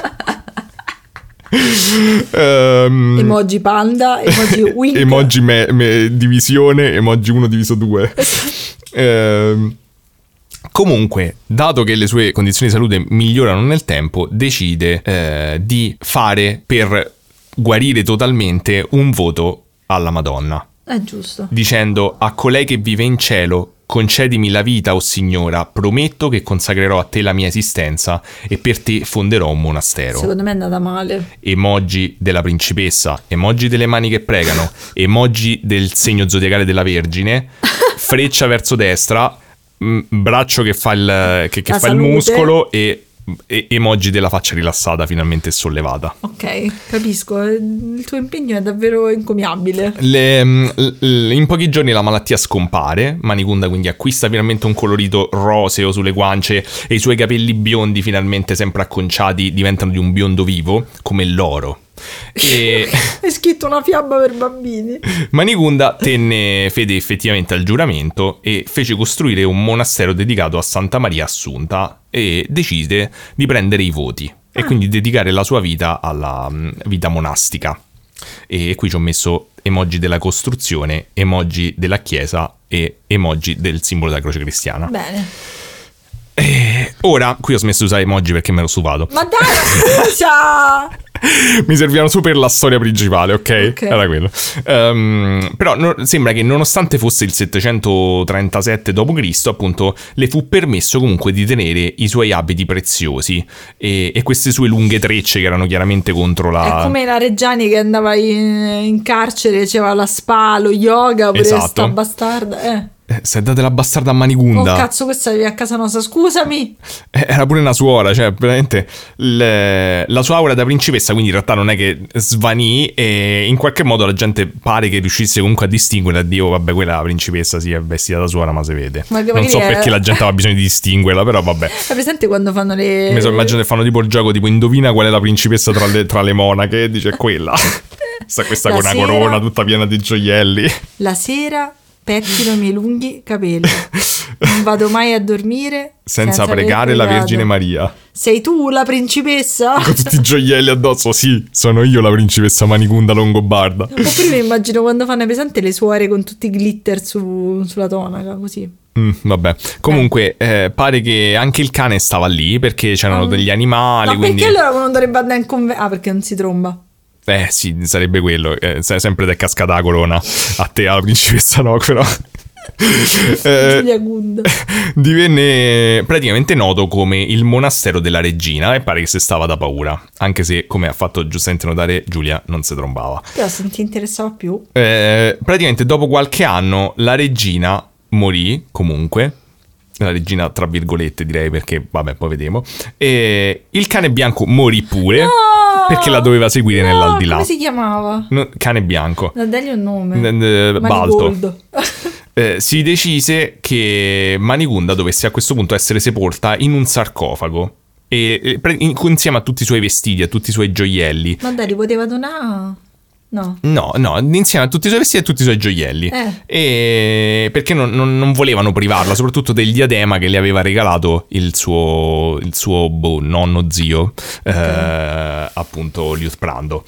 Emoji panda, emoji wink, emoji divisione, emoji 1 diviso 2. Comunque, dato che le sue condizioni di salute migliorano nel tempo, decide di fare, per guarire totalmente, un voto alla Madonna. È giusto. Dicendo: a colei che vive in cielo, concedimi la vita, o Signora, prometto che consacrerò a te la mia esistenza e per te fonderò un monastero. Secondo me è andata male. Emoji della principessa, emoji delle mani che pregano, emoji del segno zodiacale della Vergine, freccia verso destra, braccio che fa il muscolo, e emoji della faccia rilassata, finalmente sollevata. Ok, capisco. Il tuo impegno è davvero encomiabile. In pochi giorni la malattia scompare. Manicunda quindi acquista finalmente un colorito roseo sulle guance, e i suoi capelli biondi, finalmente sempre acconciati, diventano di un biondo vivo come l'oro. E è scritto una fiaba per bambini. Manicunda tenne fede effettivamente al giuramento e fece costruire un monastero dedicato a Santa Maria Assunta, e decise di prendere i voti e quindi dedicare la sua vita alla vita monastica. E qui ci ho messo emoji della costruzione, emoji della chiesa e emoji del simbolo della croce cristiana. Bene. E ora qui ho smesso di usare emoji perché me l'ho sudato. Ma dai, scusa! Mi servivano su per la storia principale, ok? Era quello. Però sembra che nonostante fosse il 737 d.C., appunto, le fu permesso comunque di tenere i suoi abiti preziosi e queste sue lunghe trecce che erano chiaramente contro la... È come la Reggiani che andava in carcere, faceva la spa, lo yoga, pure sta bastarda. Se date la bastarda a Manicunda. Oh cazzo, questa è a casa nostra, scusami. Era pure una suora, cioè veramente la sua aura da principessa, quindi in realtà non è che svanì, e in qualche modo la gente pare che riuscisse comunque a distinguerla, a dire: oh, vabbè, quella è la principessa, sì, è vestita da suora, ma si vede. Non so perché la gente aveva bisogno di distinguerla, però vabbè. È presente quando fanno le... Mi sono immaginato che fanno tipo il gioco, tipo indovina qual è la principessa tra le monache, dice quella. Sta questa con una corona tutta piena di gioielli. La sera pettino i miei lunghi capelli. Non vado mai a dormire senza pregare la Vergine Maria. Sei tu la principessa? Con tutti i gioielli addosso. Sì, sono io la principessa Manigunda Longobarda. Oppure mi immagino quando fanno presente le suore con tutti i glitter sulla tonaca, così. Vabbè, comunque pare che anche il cane stava lì perché c'erano degli animali. Ma quindi... perché allora non dovrebbe andare in convento? Ah, perché non si tromba. Sì, sarebbe quello. Sempre te cascata la corona. A te, alla principessa no, però. Divenne praticamente noto come il monastero della regina e pare che si stava da paura, anche se, come ha fatto giustamente notare Giulia, non si trombava. Però se non ti interessava più. Praticamente dopo qualche anno la regina morì comunque. La regina tra virgolette direi, perché vabbè, poi vedremo. E il cane bianco morì pure. No! Perché la doveva seguire nell'aldilà. Come si chiamava? Cane bianco. Dagli un nome. Balto. Si decise che Manigunda dovesse a questo punto essere sepolta in un sarcofago insieme a tutti i suoi vestiti, a tutti i suoi gioielli. Ma dai, li poteva donare? No, insieme a tutti i suoi vestiti e a tutti i suoi gioielli. E perché non volevano privarla, soprattutto del diadema che le aveva regalato il suo nonno zio, appunto Liutprando.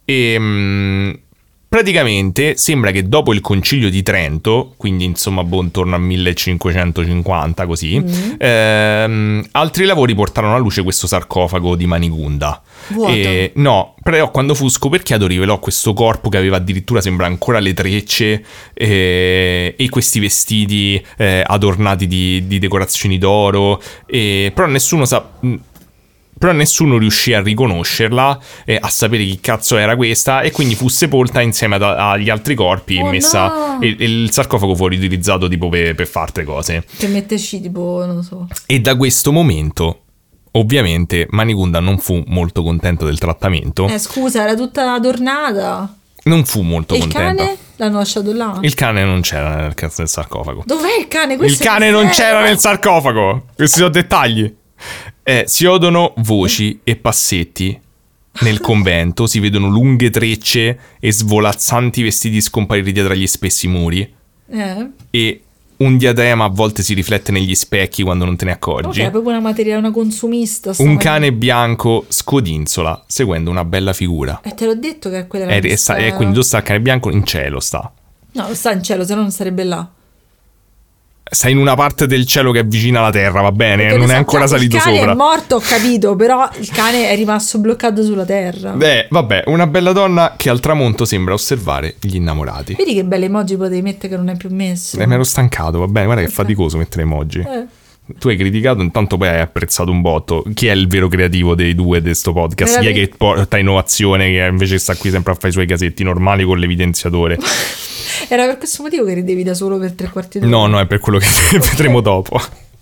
Praticamente sembra che dopo il concilio di Trento, quindi insomma intorno al 1550 così, altri lavori portarono alla luce questo sarcofago di Manigunda. No, però quando fu scoperchiato rivelò questo corpo che aveva addirittura, sembra ancora le trecce e questi vestiti adornati di decorazioni d'oro, però nessuno riuscì a riconoscerla, a sapere chi cazzo era questa, e quindi fu sepolta insieme agli altri corpi e messa. E il sarcofago fu riutilizzato tipo per fare altre cose. Per metterci tipo, non so. E da questo momento, ovviamente, Manigunda non fu molto contenta del trattamento. Scusa, era tutta adornata. Non fu molto contenta. Il cane? L'hanno lasciato là? Il cane non c'era nel sarcofago. Dov'è il cane? Il cane non c'era nel sarcofago. Questi sono dettagli. Si odono voci e passetti nel convento, si vedono lunghe trecce e svolazzanti vestiti scomparire dietro agli spessi muri. E un diadema a volte si riflette negli specchi quando non te ne accorgi. Ok, è proprio una materia, una consumista. Un cane bianco scodinzola, seguendo una bella figura. E te l'ho detto che è quella quindi dove sta il cane bianco? In cielo sta. No, sta in cielo, se no non sarebbe là. Sta in una parte del cielo che è vicina alla terra, va bene? Perché non è ancora salito sopra. Il cane è morto, ho capito, però il cane è rimasto bloccato sulla terra. Vabbè, una bella donna che al tramonto sembra osservare gli innamorati. Vedi che belle emoji potevi mettere che non hai più messo. Mi ero stancato, va bene, guarda che è faticoso mettere emoji. Tu hai criticato, intanto poi hai apprezzato un botto. Chi è il vero creativo dei due di sto podcast? Chi è che porta innovazione, che invece sta qui sempre a fare i suoi casetti normali con l'evidenziatore? Era per questo motivo che ridevi da solo per 3/4 d'ora? No, è per quello che vedremo dopo.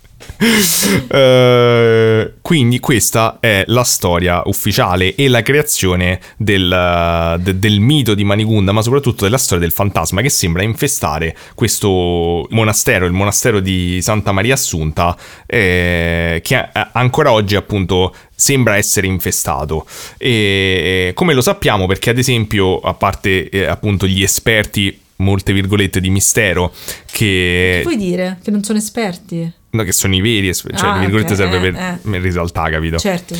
Quindi questa è la storia ufficiale e la creazione del mito di Manigunda, ma soprattutto della storia del fantasma che sembra infestare questo monastero, il monastero di Santa Maria Assunta, che ancora oggi appunto sembra essere infestato. E come lo sappiamo? Perché ad esempio, a parte appunto gli esperti, molte virgolette, di mistero, che vuoi dire? Che non sono esperti? No, che sono i veri, cioè le virgolette serve per risaltare, capito? Certo.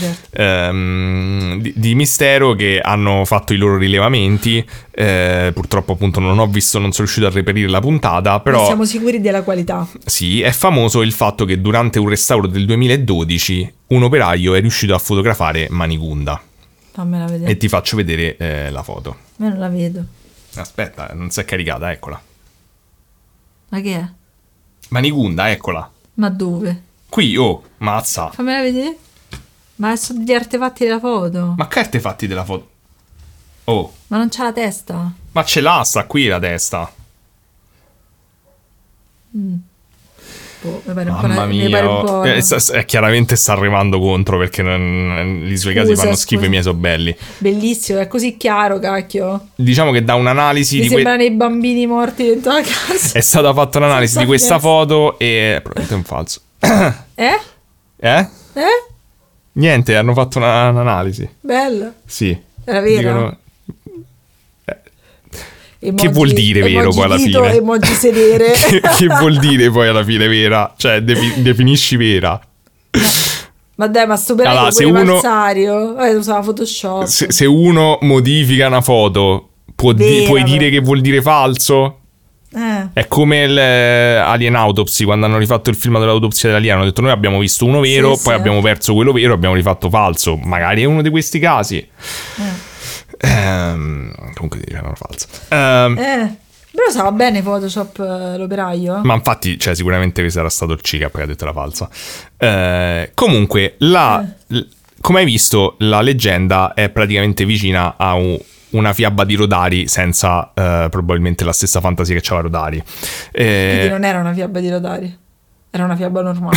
Di mistero, che hanno fatto i loro rilevamenti. Purtroppo appunto non sono riuscito a reperire la puntata, però ma siamo sicuri della qualità. Sì, è famoso il fatto che durante un restauro del 2012 un operaio è riuscito a fotografare Manigunda. Fammela vedere. E ti faccio vedere la foto. Ma non la vedo. Aspetta, non si è caricata, eccola. Ma che è? Manigunda, eccola. Ma dove? Qui, mazza. Fammela vedere. Ma sono gli artefatti della foto. Ma che artefatti della foto? Ma non c'ha la testa? Ma ce l'ha, sta qui la testa. Mi pare Mamma mia, chiaramente sta remando contro, perché i suoi casi fanno schifo, i miei sono belli. Bellissimo, è così chiaro, cacchio. Diciamo che da un'analisi mi sembrano i bambini morti dentro la casa. È stata fatta un'analisi di questa foto e probabilmente è un falso. Niente, hanno fatto un'analisi. Bella. Sì. Era vera? emoji, che vuol dire vero poi alla dito, fine? emoji sedere. Che vuol dire poi alla fine vera? Cioè definisci vera. Ma dai, ma sto per se uno uno usava Photoshop. Se uno modifica una foto puoi dire che vuol dire falso? È come Alien Autopsy, quando hanno rifatto il film dell'autopsia dell'alieno, hanno detto noi abbiamo visto uno vero, poi abbiamo perso quello vero, abbiamo rifatto falso. Magari è uno di questi casi. Comunque dicevano falso. Però stava bene Photoshop l'operaio. Ma infatti, cioè, sicuramente sarà stato il CICAP che ha detto la falsa. Comunque, come hai visto, la leggenda è praticamente vicina a una fiaba di Rodari senza probabilmente la stessa fantasia che c'aveva Rodari. Quindi non era una fiaba di Rodari, era una fiaba normale.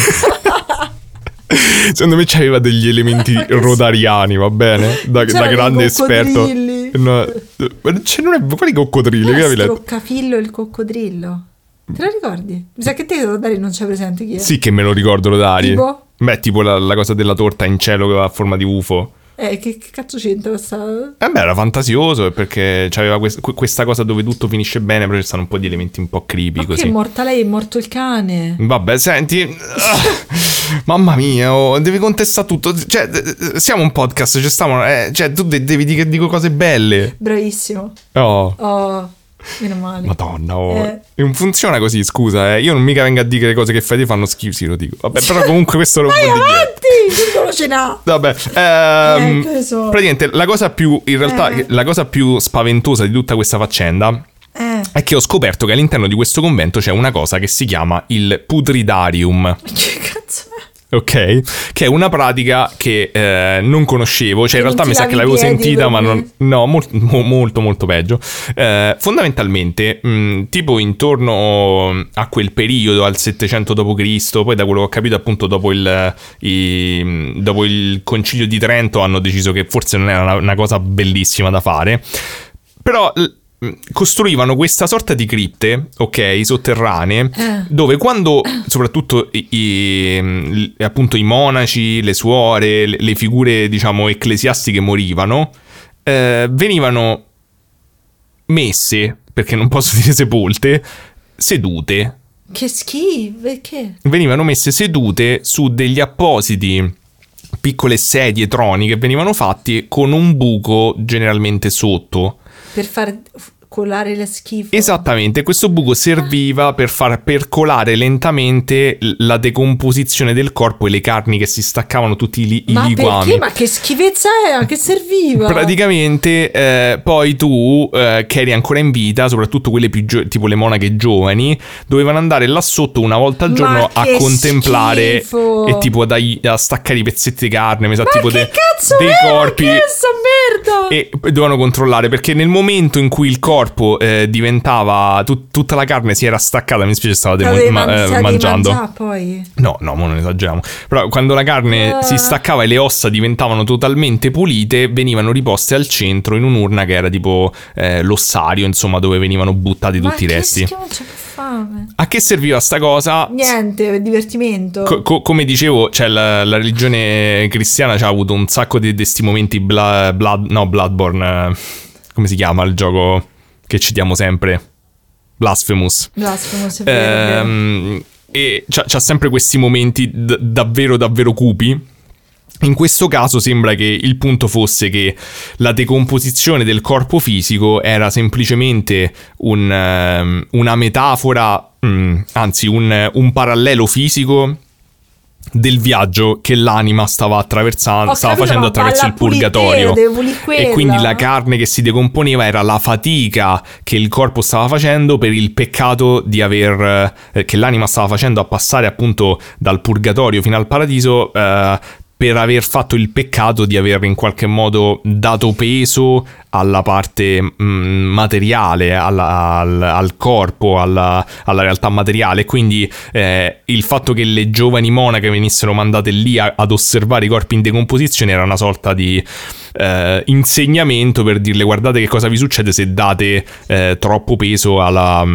Secondo me c'aveva degli elementi rodariani, va bene? Da grande esperto. No, quali coccodrilli? Il Stroccafillo e il coccodrillo. Te lo ricordi? Mi sa che te Rodari non c'è presente chi è. Sì che me lo ricordo Rodari. Tipo? Beh, tipo la cosa della torta in cielo che aveva forma di UFO. Che cazzo c'entra questa? Beh, era fantasioso perché c'aveva questa cosa dove tutto finisce bene, però ci stanno un po' di elementi un po' creepy. Ma così. Che è morta lei, è morto il cane. Vabbè, senti, mamma mia, devi contestare tutto. Cioè, siamo un podcast, cioè tu devi dire che dico cose belle. Bravissimo. Oh. Meno male. Madonna, non funziona così, scusa, io non mica vengo a dire che le cose che fai ti fanno schifo, sì, lo dico. Vabbè, però comunque questo lo vuol dire. Vai avanti, non ce n'ha. Vabbè, praticamente la cosa più, in realtà, la cosa più spaventosa di tutta questa faccenda è che ho scoperto che all'interno di questo convento c'è una cosa che si chiama il putridarium. Che cazzo è? Ok, che è una pratica che non conoscevo, cioè in realtà mi sa che l'avevo sentita, ma no, molto molto peggio. Fondamentalmente, tipo intorno a quel periodo, al 700 d.C., poi da quello che ho capito appunto dopo il Concilio di Trento hanno deciso che forse non era una cosa bellissima da fare, però costruivano questa sorta di cripte, ok, sotterranee, dove quando soprattutto appunto i monaci, le suore, le figure diciamo ecclesiastiche morivano, venivano messe, perché non posso dire sepolte, sedute. Che schifo, perché? Venivano messe sedute su degli appositi piccole sedie, troni che venivano fatti con un buco generalmente sotto. Per far colare la schifo. Esattamente, questo buco serviva per far percolare lentamente la decomposizione del corpo e le carni che si staccavano, tutti i liquami. Ma perché? Ma che schifezza è? Che serviva? Praticamente poi tu che eri ancora in vita, soprattutto quelle più tipo le monache giovani, dovevano andare là sotto una volta al giorno a contemplare schifo. E tipo a staccare i pezzetti di carne, mi sa, tipo dei corpi. Che merda! E dovevano controllare, perché nel momento in cui il corpo diventava tutta la carne si era staccata, mi spiace, stavate mangiando poi. no non esageriamo, però quando la carne si staccava e le ossa diventavano totalmente pulite, venivano riposte al centro in un'urna che era tipo l'ossario, insomma, dove venivano buttati tutti i resti. C'è fame. A che serviva sta cosa? Niente, divertimento. Come dicevo, cioè la religione cristiana ci ha avuto un sacco di momenti Bloodborne, come si chiama il gioco che citiamo sempre? Blasphemous, è vero. E c'ha sempre questi momenti davvero davvero cupi. In questo caso sembra che il punto fosse che la decomposizione del corpo fisico era semplicemente una metafora, anzi un parallelo fisico del viaggio che l'anima stava facendo attraverso il purgatorio, e quindi la carne che si decomponeva era la fatica che il corpo stava facendo per il peccato di che l'anima stava facendo a passare appunto dal purgatorio fino al paradiso, per aver fatto il peccato di aver in qualche modo dato peso alla parte materiale, al corpo, alla realtà materiale. Quindi il fatto che le giovani monache venissero mandate lì ad osservare i corpi in decomposizione era una sorta di insegnamento per dirle: guardate che cosa vi succede se date troppo peso alla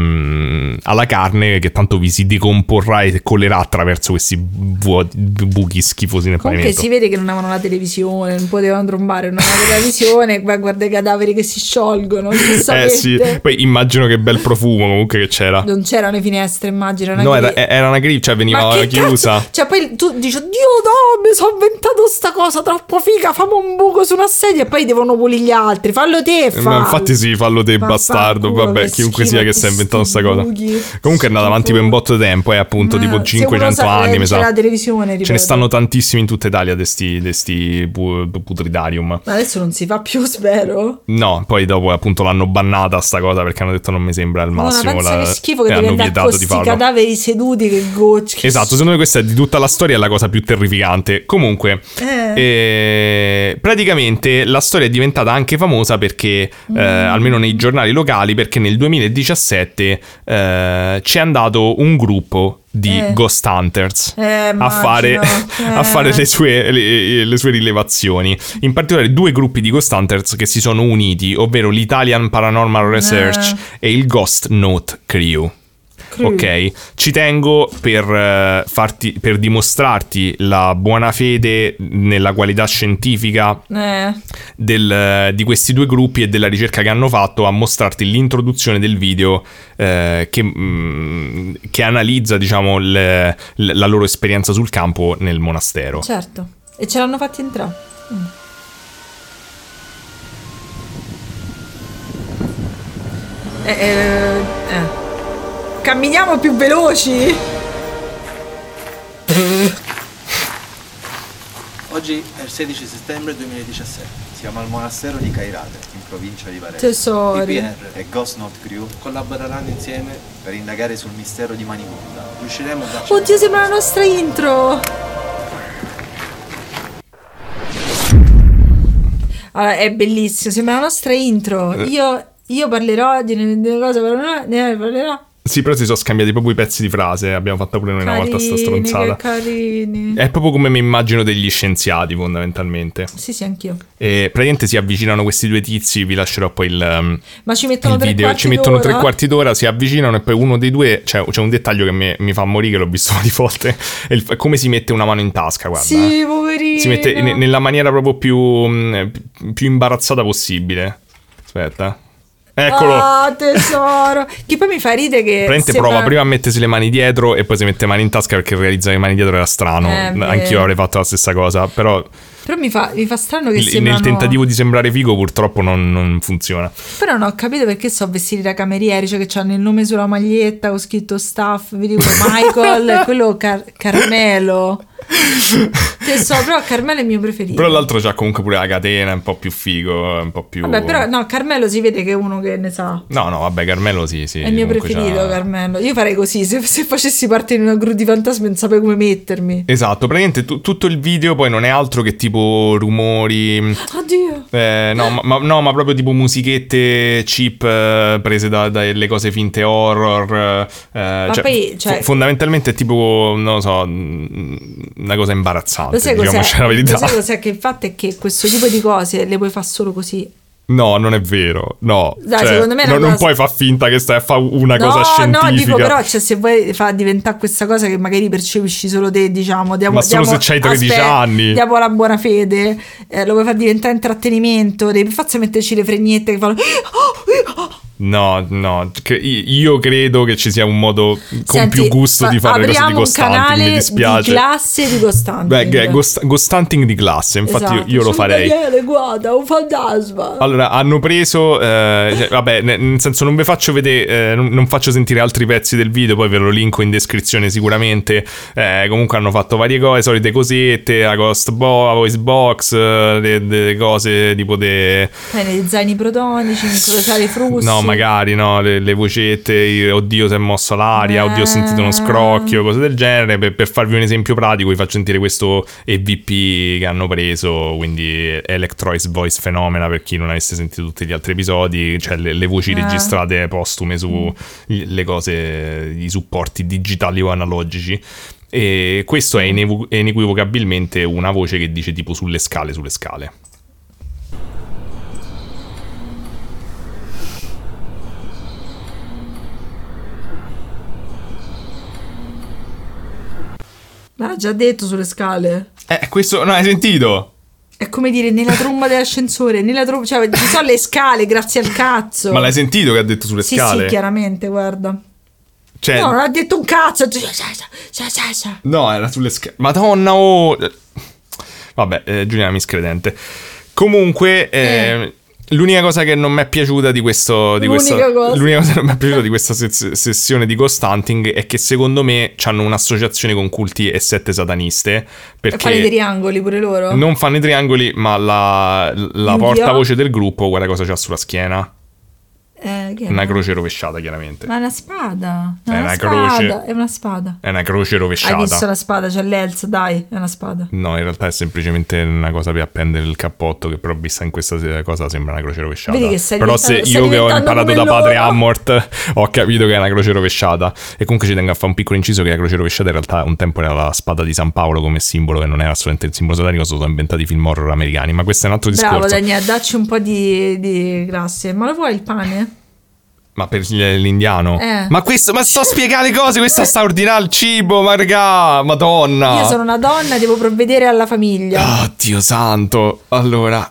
carne, che tanto vi si decomporrà e colerà attraverso questi buchi schifosi nel pavimento. Comunque si vede che non avevano la televisione, non potevano trombare, non avevano la televisione, guarda i cadaveri cadaveri che si sciolgono. Sì, poi immagino che bel profumo comunque che c'era. Non c'erano le finestre, immagino. Era una griglia, cioè veniva chiusa. Cazzo? Cioè poi tu dici, Dio no, mi sono inventato sta cosa troppo figa, fammi un buco su una sedia e poi devono pulire gli altri, fallo te. Ma infatti sì, fallo te, bastardo. Vabbè, chiunque sia che si è inventato sta cosa. Comunque è andata avanti per un botto di tempo, appunto tipo 500 anni, mi sa. La televisione, ripeto. Ce ne stanno tantissimi in tutta Italia di sti putridarium. Ma adesso non si fa più, spero. No, poi dopo appunto l'hanno bannata sta cosa perché hanno detto non mi sembra il massimo. Che schifo che devi andare con questi cadaveri seduti che gocci. Esatto, secondo me questa è di tutta la storia è la cosa più terrificante. Comunque praticamente la storia è diventata anche famosa perché almeno nei giornali locali, perché nel 2017 c'è andato un gruppo di Ghost Hunters a fare le sue rilevazioni. In particolare 2 gruppi di Ghost Hunters che si sono uniti, ovvero l'Italian Paranormal Research e il Ghost Note Crew. Ok, ci tengo per dimostrarti la buona fede nella qualità scientifica di questi 2 gruppi e della ricerca che hanno fatto, a mostrarti l'introduzione del video che analizza, diciamo, la loro esperienza sul campo nel monastero. Certo, e ce l'hanno fatti entrare. Camminiamo più veloci. Oggi è il 16 settembre 2017. Siamo al monastero di Cairate, in provincia di Varese. Tesori. IPR e Ghost Note Crew collaboreranno insieme per indagare sul mistero di Maniconda. Riusciremo a darci... Oddio, sembra la nostra intro. Allora, è bellissimo, sembra la nostra intro. Io parlerò di cose, parlerò. Sì, però si sono scambiati proprio i pezzi di frase. Abbiamo fatto pure noi una volta sta stronzata. Che carini. È proprio come mi immagino degli scienziati, fondamentalmente. Sì, anch'io. E praticamente si avvicinano questi 2 tizi. Vi lascerò poi ma ci mettono il video. Ci mettono 3 quarti d'ora. Si avvicinano e poi uno dei 2. C'è un dettaglio che mi fa morire, che l'ho visto di volte. È come si mette una mano in tasca, guarda. Sì, poverino. Si mette nella maniera proprio più imbarazzata possibile. Aspetta. Eccolo. Oh, tesoro. Che poi mi fa ridere che praticamente prova prima a mettersi le mani dietro e poi si mette le mani in tasca, perché realizza che le mani dietro era strano. Anch'io avrei fatto la stessa cosa. Però mi fa strano che sembrano... nel tentativo di sembrare figo purtroppo non funziona. Però non ho capito perché sono vestiti da camerieri, cioè che hanno il nome sulla maglietta con scritto staff. Vi dico Michael e quello Carmelo. Però Carmelo è il mio preferito. Però l'altro c'ha comunque pure la catena, è un po' più figo, un po' più... Vabbè, però no, Carmelo si vede che è uno che ne sa. No, vabbè, Carmelo sì. È il mio preferito, Carmelo. Io farei così, se facessi parte di una gru di fantasmi non sapevo come mettermi. Esatto, praticamente tutto il video poi non è altro che tipo rumori. Oddio. Ma proprio tipo musichette cheap prese dalle cose finte horror. Fondamentalmente è tipo, non lo so, una cosa imbarazzante. Lo sai diciamoci la verità. Lo sai cos'è? Che il fatto è che questo tipo di cose le puoi fare solo così. No, non è vero. No, dai, secondo me non puoi far finta che stai a fare una cosa scientifica. No, dico però, se vuoi far diventare questa cosa che magari percepisci solo te, diciamo, ma solo se c'hai 13 anni. Diamo la buona fede, lo vuoi far diventare intrattenimento, devi forza metterci le fregnette che fanno... No, io credo che ci sia un modo con più gusto di fare le cose di Ghost Hunting, mi dispiace. Di classe di Ghost Hunting. Beh, Ghost Hunting di classe, infatti esatto. io lo farei. Guarda, un fantasma. Allora, hanno preso, vabbè, nel senso non vi faccio vedere, non faccio sentire altri pezzi del video, poi ve lo linko in descrizione sicuramente. Comunque hanno fatto varie cose, solite cosette, la voice box, le cose tipo dei zaini protonici, incrociare i frusti. No, magari no, le vocette, oddio si è mosso l'aria, oddio ho sentito uno scrocchio, cose del genere. Per farvi un esempio pratico vi faccio sentire questo EVP che hanno preso, quindi Electroids Voice Phenomena, per chi non avesse sentito tutti gli altri episodi, cioè le voci registrate postume su le cose, i supporti digitali o analogici. E questo è inequivocabilmente una voce che dice tipo sulle scale. Ma l'ha già detto sulle scale. Questo non hai sentito? È come dire nella tromba dell'ascensore, cioè ci sono le scale, grazie al cazzo. Ma l'hai sentito che ha detto sulle scale? Sì, chiaramente, guarda. Cioè... No, non ha detto un cazzo. No, era sulle scale. Madonna, Vabbè, Giuliana miscredente. Comunque, l'unica cosa che non mi è piaciuta di l'unica cosa che non mi è piaciuta di questa sessione di Ghost Hunting è che secondo me hanno un'associazione con culti e sette sataniste, perché fanno i triangoli pure loro? Non fanno i triangoli, ma la portavoce del gruppo guarda cosa c'ha sulla schiena. Una croce rovesciata, chiaramente. Ma è una spada. È una croce. È una spada. È una croce rovesciata. Hai visto la spada? C'è l'Els, dai, è una spada. No, in realtà è semplicemente una cosa per appendere il cappotto, che però vista in questa cosa sembra una croce rovesciata. Vedi che però se io che ho imparato da padre Hammort ho capito che è una croce rovesciata. E comunque ci tengo a fare un piccolo inciso che la croce rovesciata in realtà un tempo era la spada di San Paolo come simbolo, che non era assolutamente il simbolo satanico, sono inventati i film horror americani, ma questo è un altro discorso. Bravo Daniele, dacci un po' di grazie. Ma lo vuoi il pane? Ma per l'indiano? Ma sto a spiegare le cose, questa sta ordinando il cibo, ma raga, madonna. Io sono una donna e devo provvedere alla famiglia. Oh, Dio santo. Allora,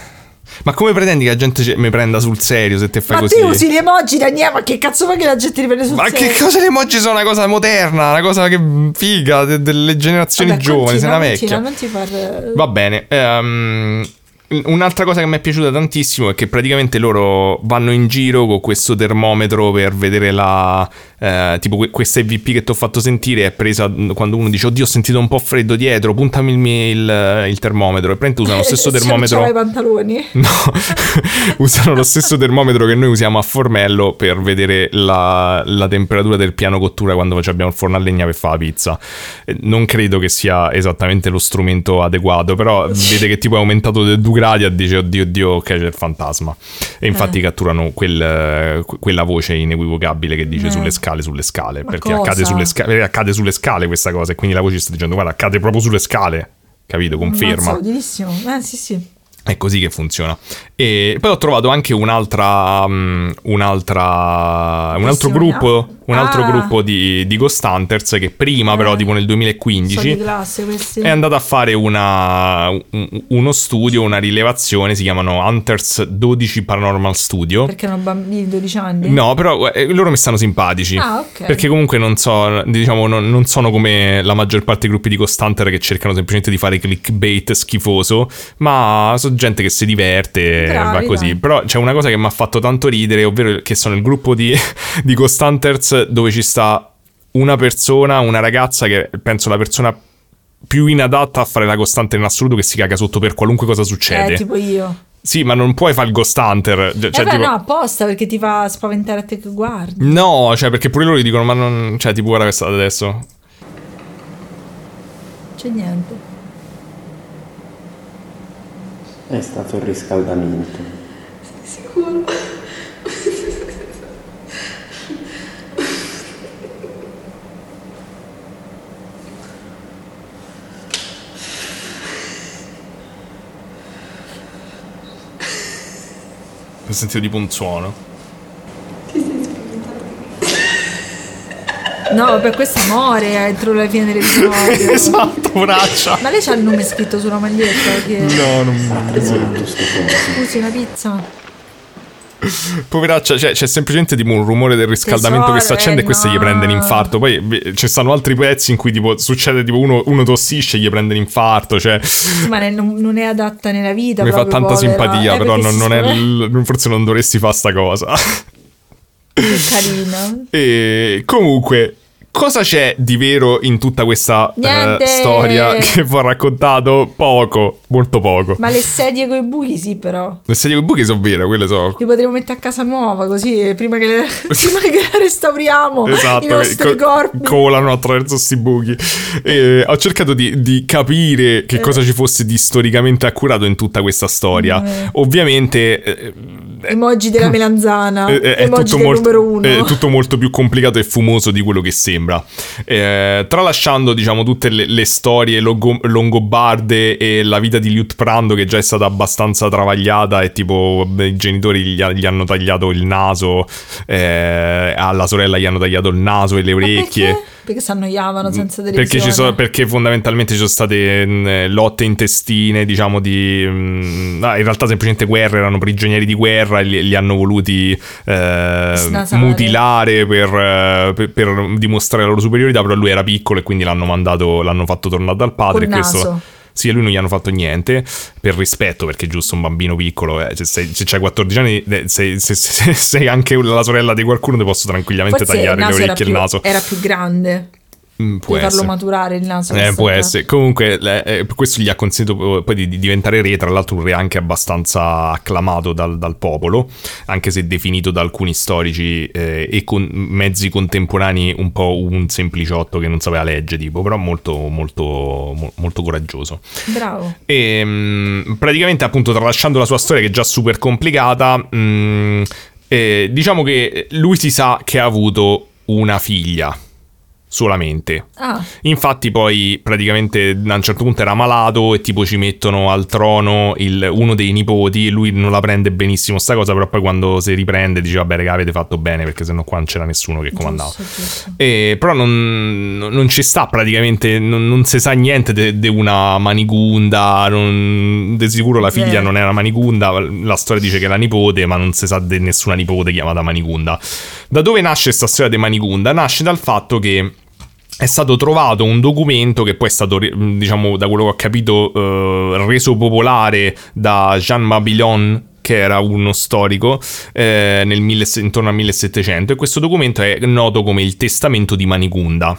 ma come pretendi che la gente mi prenda sul serio se te fai così? Ma te usi gli emoji, Daniele, ma che cazzo fai che la gente ti prende sul serio? Ma che cosa, le emoji sono una cosa moderna, una cosa che figa delle generazioni giovani, se ne vecchia. Va bene, un'altra cosa che mi è piaciuta tantissimo è che praticamente loro vanno in giro con questo termometro per vedere tipo questa EVP che ti ho fatto sentire è presa quando uno dice oddio ho sentito un po' freddo dietro, puntami il termometro, e praticamente usano lo stesso termometro. Non c'hai i pantaloni? No, usano lo stesso termometro che noi usiamo a formello per vedere la temperatura del piano cottura quando abbiamo il forno a legna per fare la pizza. Non credo che sia esattamente lo strumento adeguato, però vede che tipo è aumentato del 2 gradi e dice oddio ok, c'è il fantasma, e infatti catturano quella voce inequivocabile che dice sulle scale, ma perché cosa? accade sulle scale questa cosa, e quindi la voce sta dicendo guarda accade proprio sulle scale, capito? Conferma. Utilissimo. Sì. È così che funziona. E poi ho trovato anche un altro gruppo di Ghost Hunters che prima però tipo nel 2015 è andato a fare uno studio, una rilevazione, si chiamano Hunters 12 Paranormal Studio. Perché erano bambini di 12 anni? No, però loro mi stanno simpatici. Ok. Perché comunque non sono come la maggior parte dei gruppi di Ghost Hunter che cercano semplicemente di fare clickbait schifoso, ma sono gente che si diverte. Bravi, va così. dai. Però c'è una cosa che mi ha fatto tanto ridere, ovvero che sono il gruppo di Ghost Hunters dove ci sta una ragazza che penso la persona più inadatta a fare la Ghost Hunter in assoluto, che si caga sotto per qualunque cosa succede. Tipo io. Sì, ma non puoi fare il Ghost Hunter. No, apposta, perché ti fa spaventare a te che guardi. No, cioè perché pure loro gli dicono ma non... Cioè tipo guarda che state adesso. C'è niente. È stato il riscaldamento. Sei sicuro? Ho sentito tipo un suono. Ti sei spaventato? No, vabbè, questa muore entro la fine dell'episodio. Esatto, braccia. Ma lei c'ha il nome scritto sulla maglietta? Che... No, non Scusi, una pizza? Poveraccia, cioè c'è semplicemente tipo un rumore del riscaldamento che sta accende e questo gli prende l'infarto. Poi ci stanno altri pezzi in cui tipo succede tipo uno tossisce e gli prende l'infarto, cioè ma non è adatta nella vita. Mi fa tanta simpatia, però non è forse non dovresti fare sta cosa. Che carina. E comunque, cosa c'è di vero in tutta questa storia che vi ho raccontato? Poco, molto poco. Ma le sedie coi buchi sì, però. Le sedie coi buchi sono vere, quelle so. Li potremmo mettere a casa nuova, così prima che la restauriamo. Esatto, i nostri corpi colano attraverso sti buchi. Ho cercato di capire che cosa ci fosse di storicamente accurato in tutta questa storia. Ovviamente emoji della melanzana, è emoji del numero 1. È tutto molto più complicato e fumoso di quello che sembra. Tralasciando diciamo tutte le storie longobarde e la vita di Liutprando, che già è stata abbastanza travagliata, e tipo i genitori gli hanno tagliato il naso, alla sorella gli hanno tagliato il naso e le orecchie. Perché si annoiavano senza televisione. Perché fondamentalmente ci sono state lotte intestine, diciamo, in realtà semplicemente guerre, erano prigionieri di guerra e li hanno voluti mutilare per dimostrare la loro superiorità, però lui era piccolo e quindi l'hanno fatto tornare dal padre. Col naso. Sì, a lui non gli hanno fatto niente, per rispetto, perché è giusto un bambino piccolo, se c'hai 14 anni, se sei anche la sorella di qualcuno, ti posso tranquillamente forse tagliare le orecchie e il naso. Era più grande. Può essere. Farlo maturare il naso. Può essere. Comunque questo gli ha consentito poi di diventare re, tra l'altro un re anche abbastanza acclamato dal popolo, anche se definito da alcuni storici e con mezzi contemporanei un po' un sempliciotto che non sapeva leggere, tipo, però molto molto molto coraggioso. Bravo. E praticamente, appunto, tralasciando la sua storia che è già super complicata, diciamo che lui si sa che ha avuto una figlia solamente. Infatti poi praticamente a un certo punto era malato e tipo ci mettono al trono uno dei nipoti e lui non la prende benissimo sta cosa, però poi quando si riprende dice vabbè raga, avete fatto bene, perché sennò qua non c'era nessuno che comandava. Giusto. Però non ci sta praticamente, non si sa niente di una Manigunda, di sicuro la figlia non era Manigunda, la storia dice che era nipote, ma non si sa di nessuna nipote chiamata Manigunda. Da dove nasce questa storia di Manigunda? Nasce dal fatto che è stato trovato un documento che poi è stato, diciamo, da quello che ho capito, reso popolare da Jean Mabillon, che era uno storico, intorno al 1700, e questo documento è noto come il Testamento di Manigunda.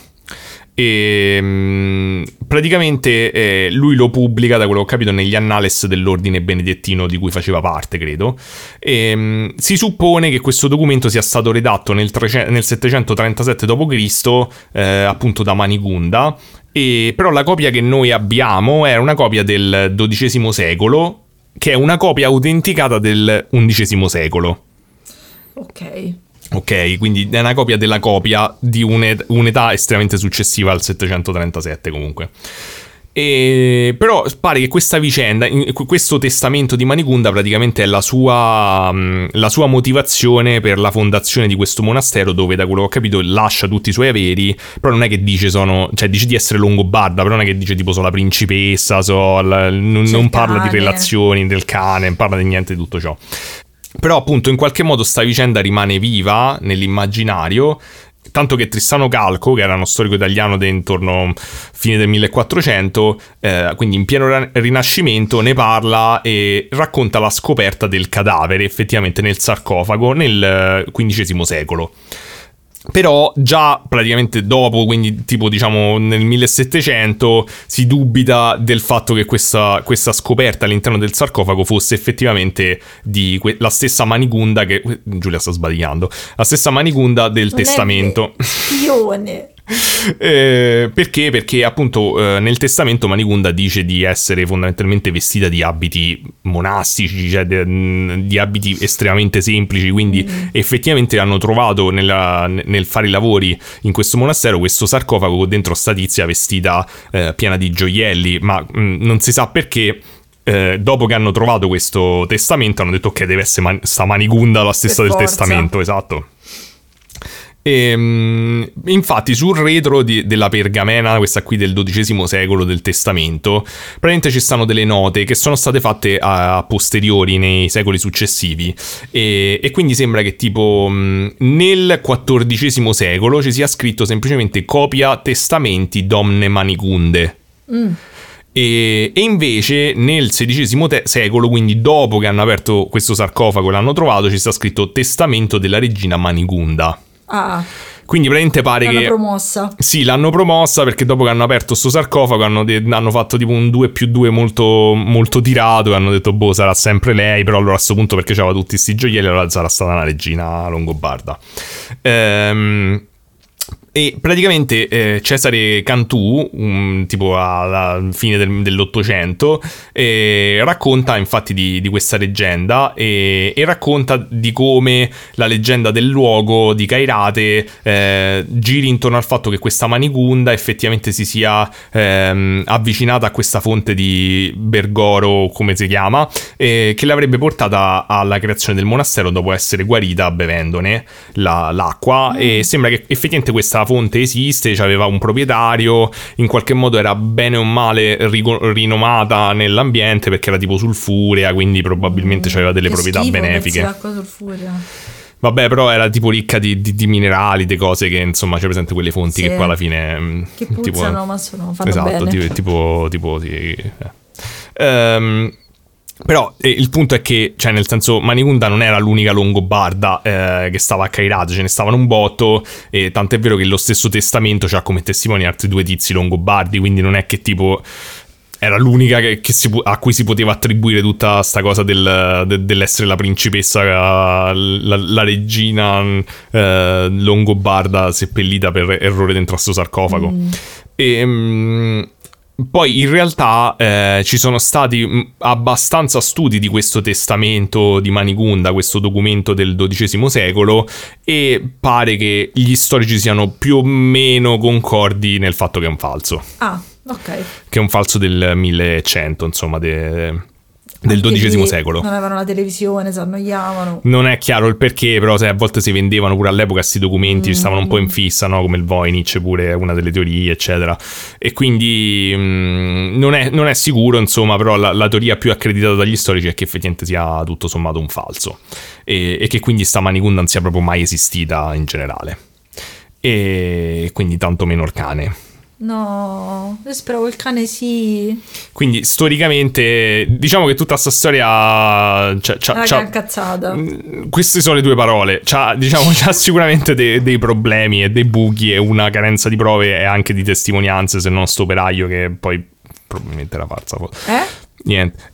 E praticamente lui lo pubblica, da quello che ho capito, negli Annales dell'ordine benedettino di cui faceva parte, credo. E si suppone che questo documento sia stato redatto nel 737 d.C., appunto da Manigunda, però la copia che noi abbiamo è una copia del XII secolo, che è una copia autenticata del XI secolo. Ok, quindi è una copia della copia di un'età estremamente successiva al 737 comunque. Però pare che questa vicenda, questo testamento di Manigunda praticamente è la sua motivazione per la fondazione di questo monastero, dove da quello che ho capito lascia tutti i suoi averi, però non è che dice dice di essere longobarda, però non è che dice tipo sono la principessa, non parla di relazioni, del cane, non parla di niente di tutto ciò. Però appunto in qualche modo sta vicenda rimane viva nell'immaginario, tanto che Tristano Calco, che era uno storico italiano intorno fine del 1400, quindi in pieno Rinascimento, ne parla e racconta la scoperta del cadavere effettivamente nel sarcofago nel XV secolo. Però già praticamente dopo, quindi tipo diciamo nel 1700, si dubita del fatto che questa scoperta all'interno del sarcofago fosse effettivamente di la stessa Manigunda che... Giulia sta sbagliando. La stessa Manigunda del testamento. Perché? Perché appunto nel testamento Manigunda dice di essere fondamentalmente vestita di abiti monastici, cioè di abiti estremamente semplici, quindi effettivamente hanno trovato nel fare i lavori in questo monastero questo sarcofago con dentro sta tizia vestita piena di gioielli, ma non si sa perché. Dopo che hanno trovato questo testamento hanno detto ok, deve essere sta Manigunda la stessa del testamento, esatto. E, infatti sul retro della pergamena, questa qui del XII secolo del testamento, praticamente ci stanno delle note che sono state fatte a posteriori nei secoli successivi e quindi sembra che tipo nel XIV secolo ci sia scritto semplicemente copia testamenti domne Manigunde. E invece nel XVI secolo, quindi dopo che hanno aperto questo sarcofago e l'hanno trovato, ci sta scritto testamento della regina Manigunda. Quindi praticamente pare che... L'hanno promossa. Sì, l'hanno promossa perché dopo che hanno aperto sto sarcofago hanno fatto tipo un 2+2 molto, molto tirato e hanno detto boh, sarà sempre lei, però allora a questo punto perché c'aveva tutti sti gioielli allora sarà stata una regina longobarda. E praticamente Cesare Cantù, tipo alla fine dell'Ottocento, racconta infatti di questa leggenda e racconta di come la leggenda del luogo di Cairate giri intorno al fatto che questa Manigunda effettivamente si sia avvicinata a questa fonte di Bergoro, come si chiama, che l'avrebbe portata alla creazione del monastero dopo essere guarita bevendone l'acqua. E sembra che effettivamente questa questa fonte esiste, c'aveva un proprietario, in qualche modo era bene o male rinomata nell'ambiente perché era tipo sulfurea, quindi probabilmente c'aveva delle proprietà benefiche. L'acqua sulfurea. Vabbè, però era tipo ricca di minerali, di cose che insomma c'è presente quelle fonti che poi alla fine che puzzano, ma fanno esatto, bene. tipo sì. Però il punto è che, cioè, nel senso, Manicunda non era l'unica longobarda che stava a Cairate, ce ne stavano un botto, e tant'è vero che lo stesso testamento c'ha come testimoni altri 2 tizi longobardi, quindi non è che tipo era l'unica a cui si poteva attribuire tutta sta cosa dell'essere la principessa, la regina longobarda seppellita per errore dentro a sto sarcofago. Poi in realtà ci sono stati abbastanza studi di questo testamento di Manicunda, questo documento del XII secolo, e pare che gli storici siano più o meno concordi nel fatto che è un falso. Ah, ok. Che è un falso del 1100, insomma, del XII secolo. Non avevano la televisione, si annoiavano. Non è chiaro il perché, però a volte si vendevano pure all'epoca questi documenti, stavano un po' in fissa, no? Come il Voynich pure è una delle teorie, eccetera. E quindi non è sicuro, insomma, però la teoria più accreditata dagli storici è che effettivamente sia tutto sommato un falso. E che quindi sta Manicunda non sia proprio mai esistita in generale. E quindi tanto meno il cane. No, io speravo il cane sì. Quindi storicamente diciamo che tutta sta storia una gran cazzata. Queste sono le 2 parole. C'ha sicuramente dei problemi e dei buchi e una carenza di prove e anche di testimonianze, se non sto operaio che poi probabilmente era falsa. Niente.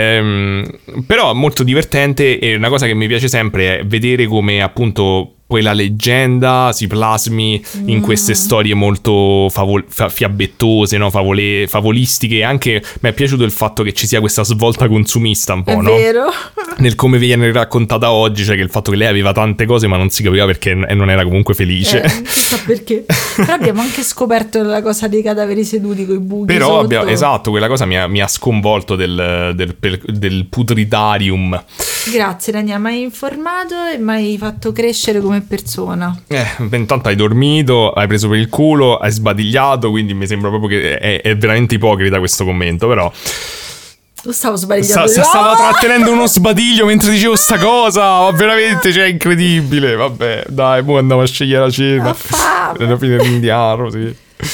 Però molto divertente, e una cosa che mi piace sempre è vedere come appunto poi la leggenda si plasmi in queste storie molto fiabettose, no? Favolistiche. Anche mi è piaciuto il fatto che ci sia questa svolta consumista un po', è no? vero. Nel come viene raccontata oggi, cioè che il fatto che lei aveva tante cose ma non si capiva perché e non era comunque felice. Chissà perché. Però abbiamo anche scoperto la cosa dei cadaveri seduti coi buchi. Però esatto, quella cosa mi ha sconvolto del putridarium. Grazie Daniele, mi hai informato e mi hai fatto crescere come persona. Intanto hai dormito, hai preso per il culo, hai sbadigliato, quindi mi sembra proprio che è veramente ipocrita questo commento, però Lo stavo sbadigliando. Stavo trattenendo uno sbadiglio mentre dicevo sta cosa, veramente, cioè, incredibile. Vabbè, dai, poi andiamo a scegliere la cena. Alla fine l'indiano, sì.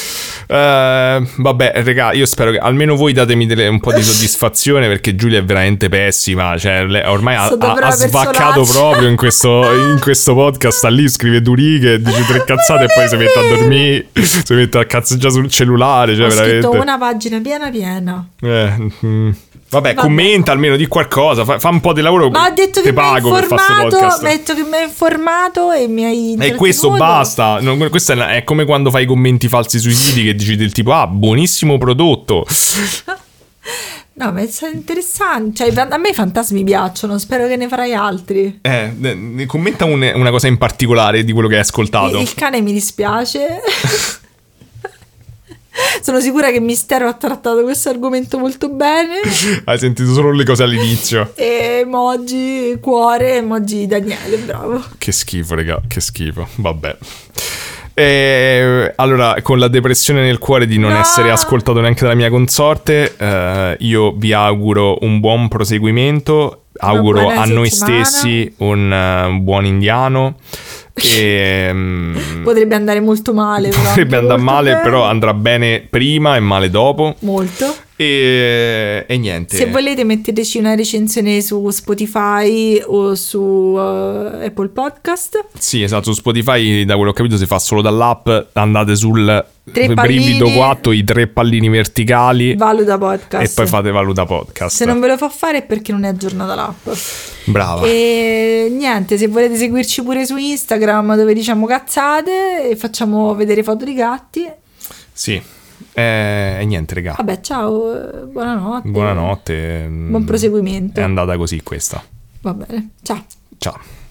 Vabbè, raga, io spero che almeno voi datemi un po' di soddisfazione, perché Giulia è veramente pessima. Cioè, lei ormai ha svaccato proprio in questo podcast. Sta lì, scrive 2 righe, dice 3 cazzate e poi si mette a dormire, si mette a cazzeggiare sul cellulare. Cioè, ho veramente scritto una pagina piena. Vabbè, commenta almeno, di qualcosa, fa un po' di lavoro. Ma ha detto che mi hai informato, mi ha detto che mi hai informato e mi hai intrattenuto. E questo basta. Questo è come quando fai commenti falsi sui siti che dici del tipo buonissimo prodotto. No, ma è interessante. Cioè, a me i fantasmi piacciono, spero che ne farai altri. Commenta una cosa in particolare di quello che hai ascoltato. Il cane mi dispiace. Sono sicura che Mistero ha trattato questo argomento molto bene. Hai sentito solo le cose all'inizio. E emoji cuore, emoji Daniele, bravo. Che schifo, raga, che schifo. Vabbè. Allora, con la depressione nel cuore di non essere ascoltato neanche dalla mia consorte, io vi auguro un buon proseguimento. Auguro a noi stessi un buon indiano. Potrebbe andare molto male, però potrebbe andare male, però andrà bene prima e male dopo. Molto. E niente. Se volete metteteci una recensione su Spotify o su Apple Podcast. Sì, esatto, su Spotify da quello che ho capito si fa solo dall'app. Andate sul brivido 4, i 3 pallini verticali, Valuta Podcast, e poi fate Valuta Podcast. Se non ve lo fa fare è perché non è aggiornata l'app. Brava. E niente, se volete seguirci pure su Instagram, dove diciamo cazzate e facciamo vedere foto di gatti. Sì. E niente, raga. Vabbè, ciao, buonanotte. Buonanotte. Buon proseguimento. È andata così questa. Va bene, ciao. Ciao.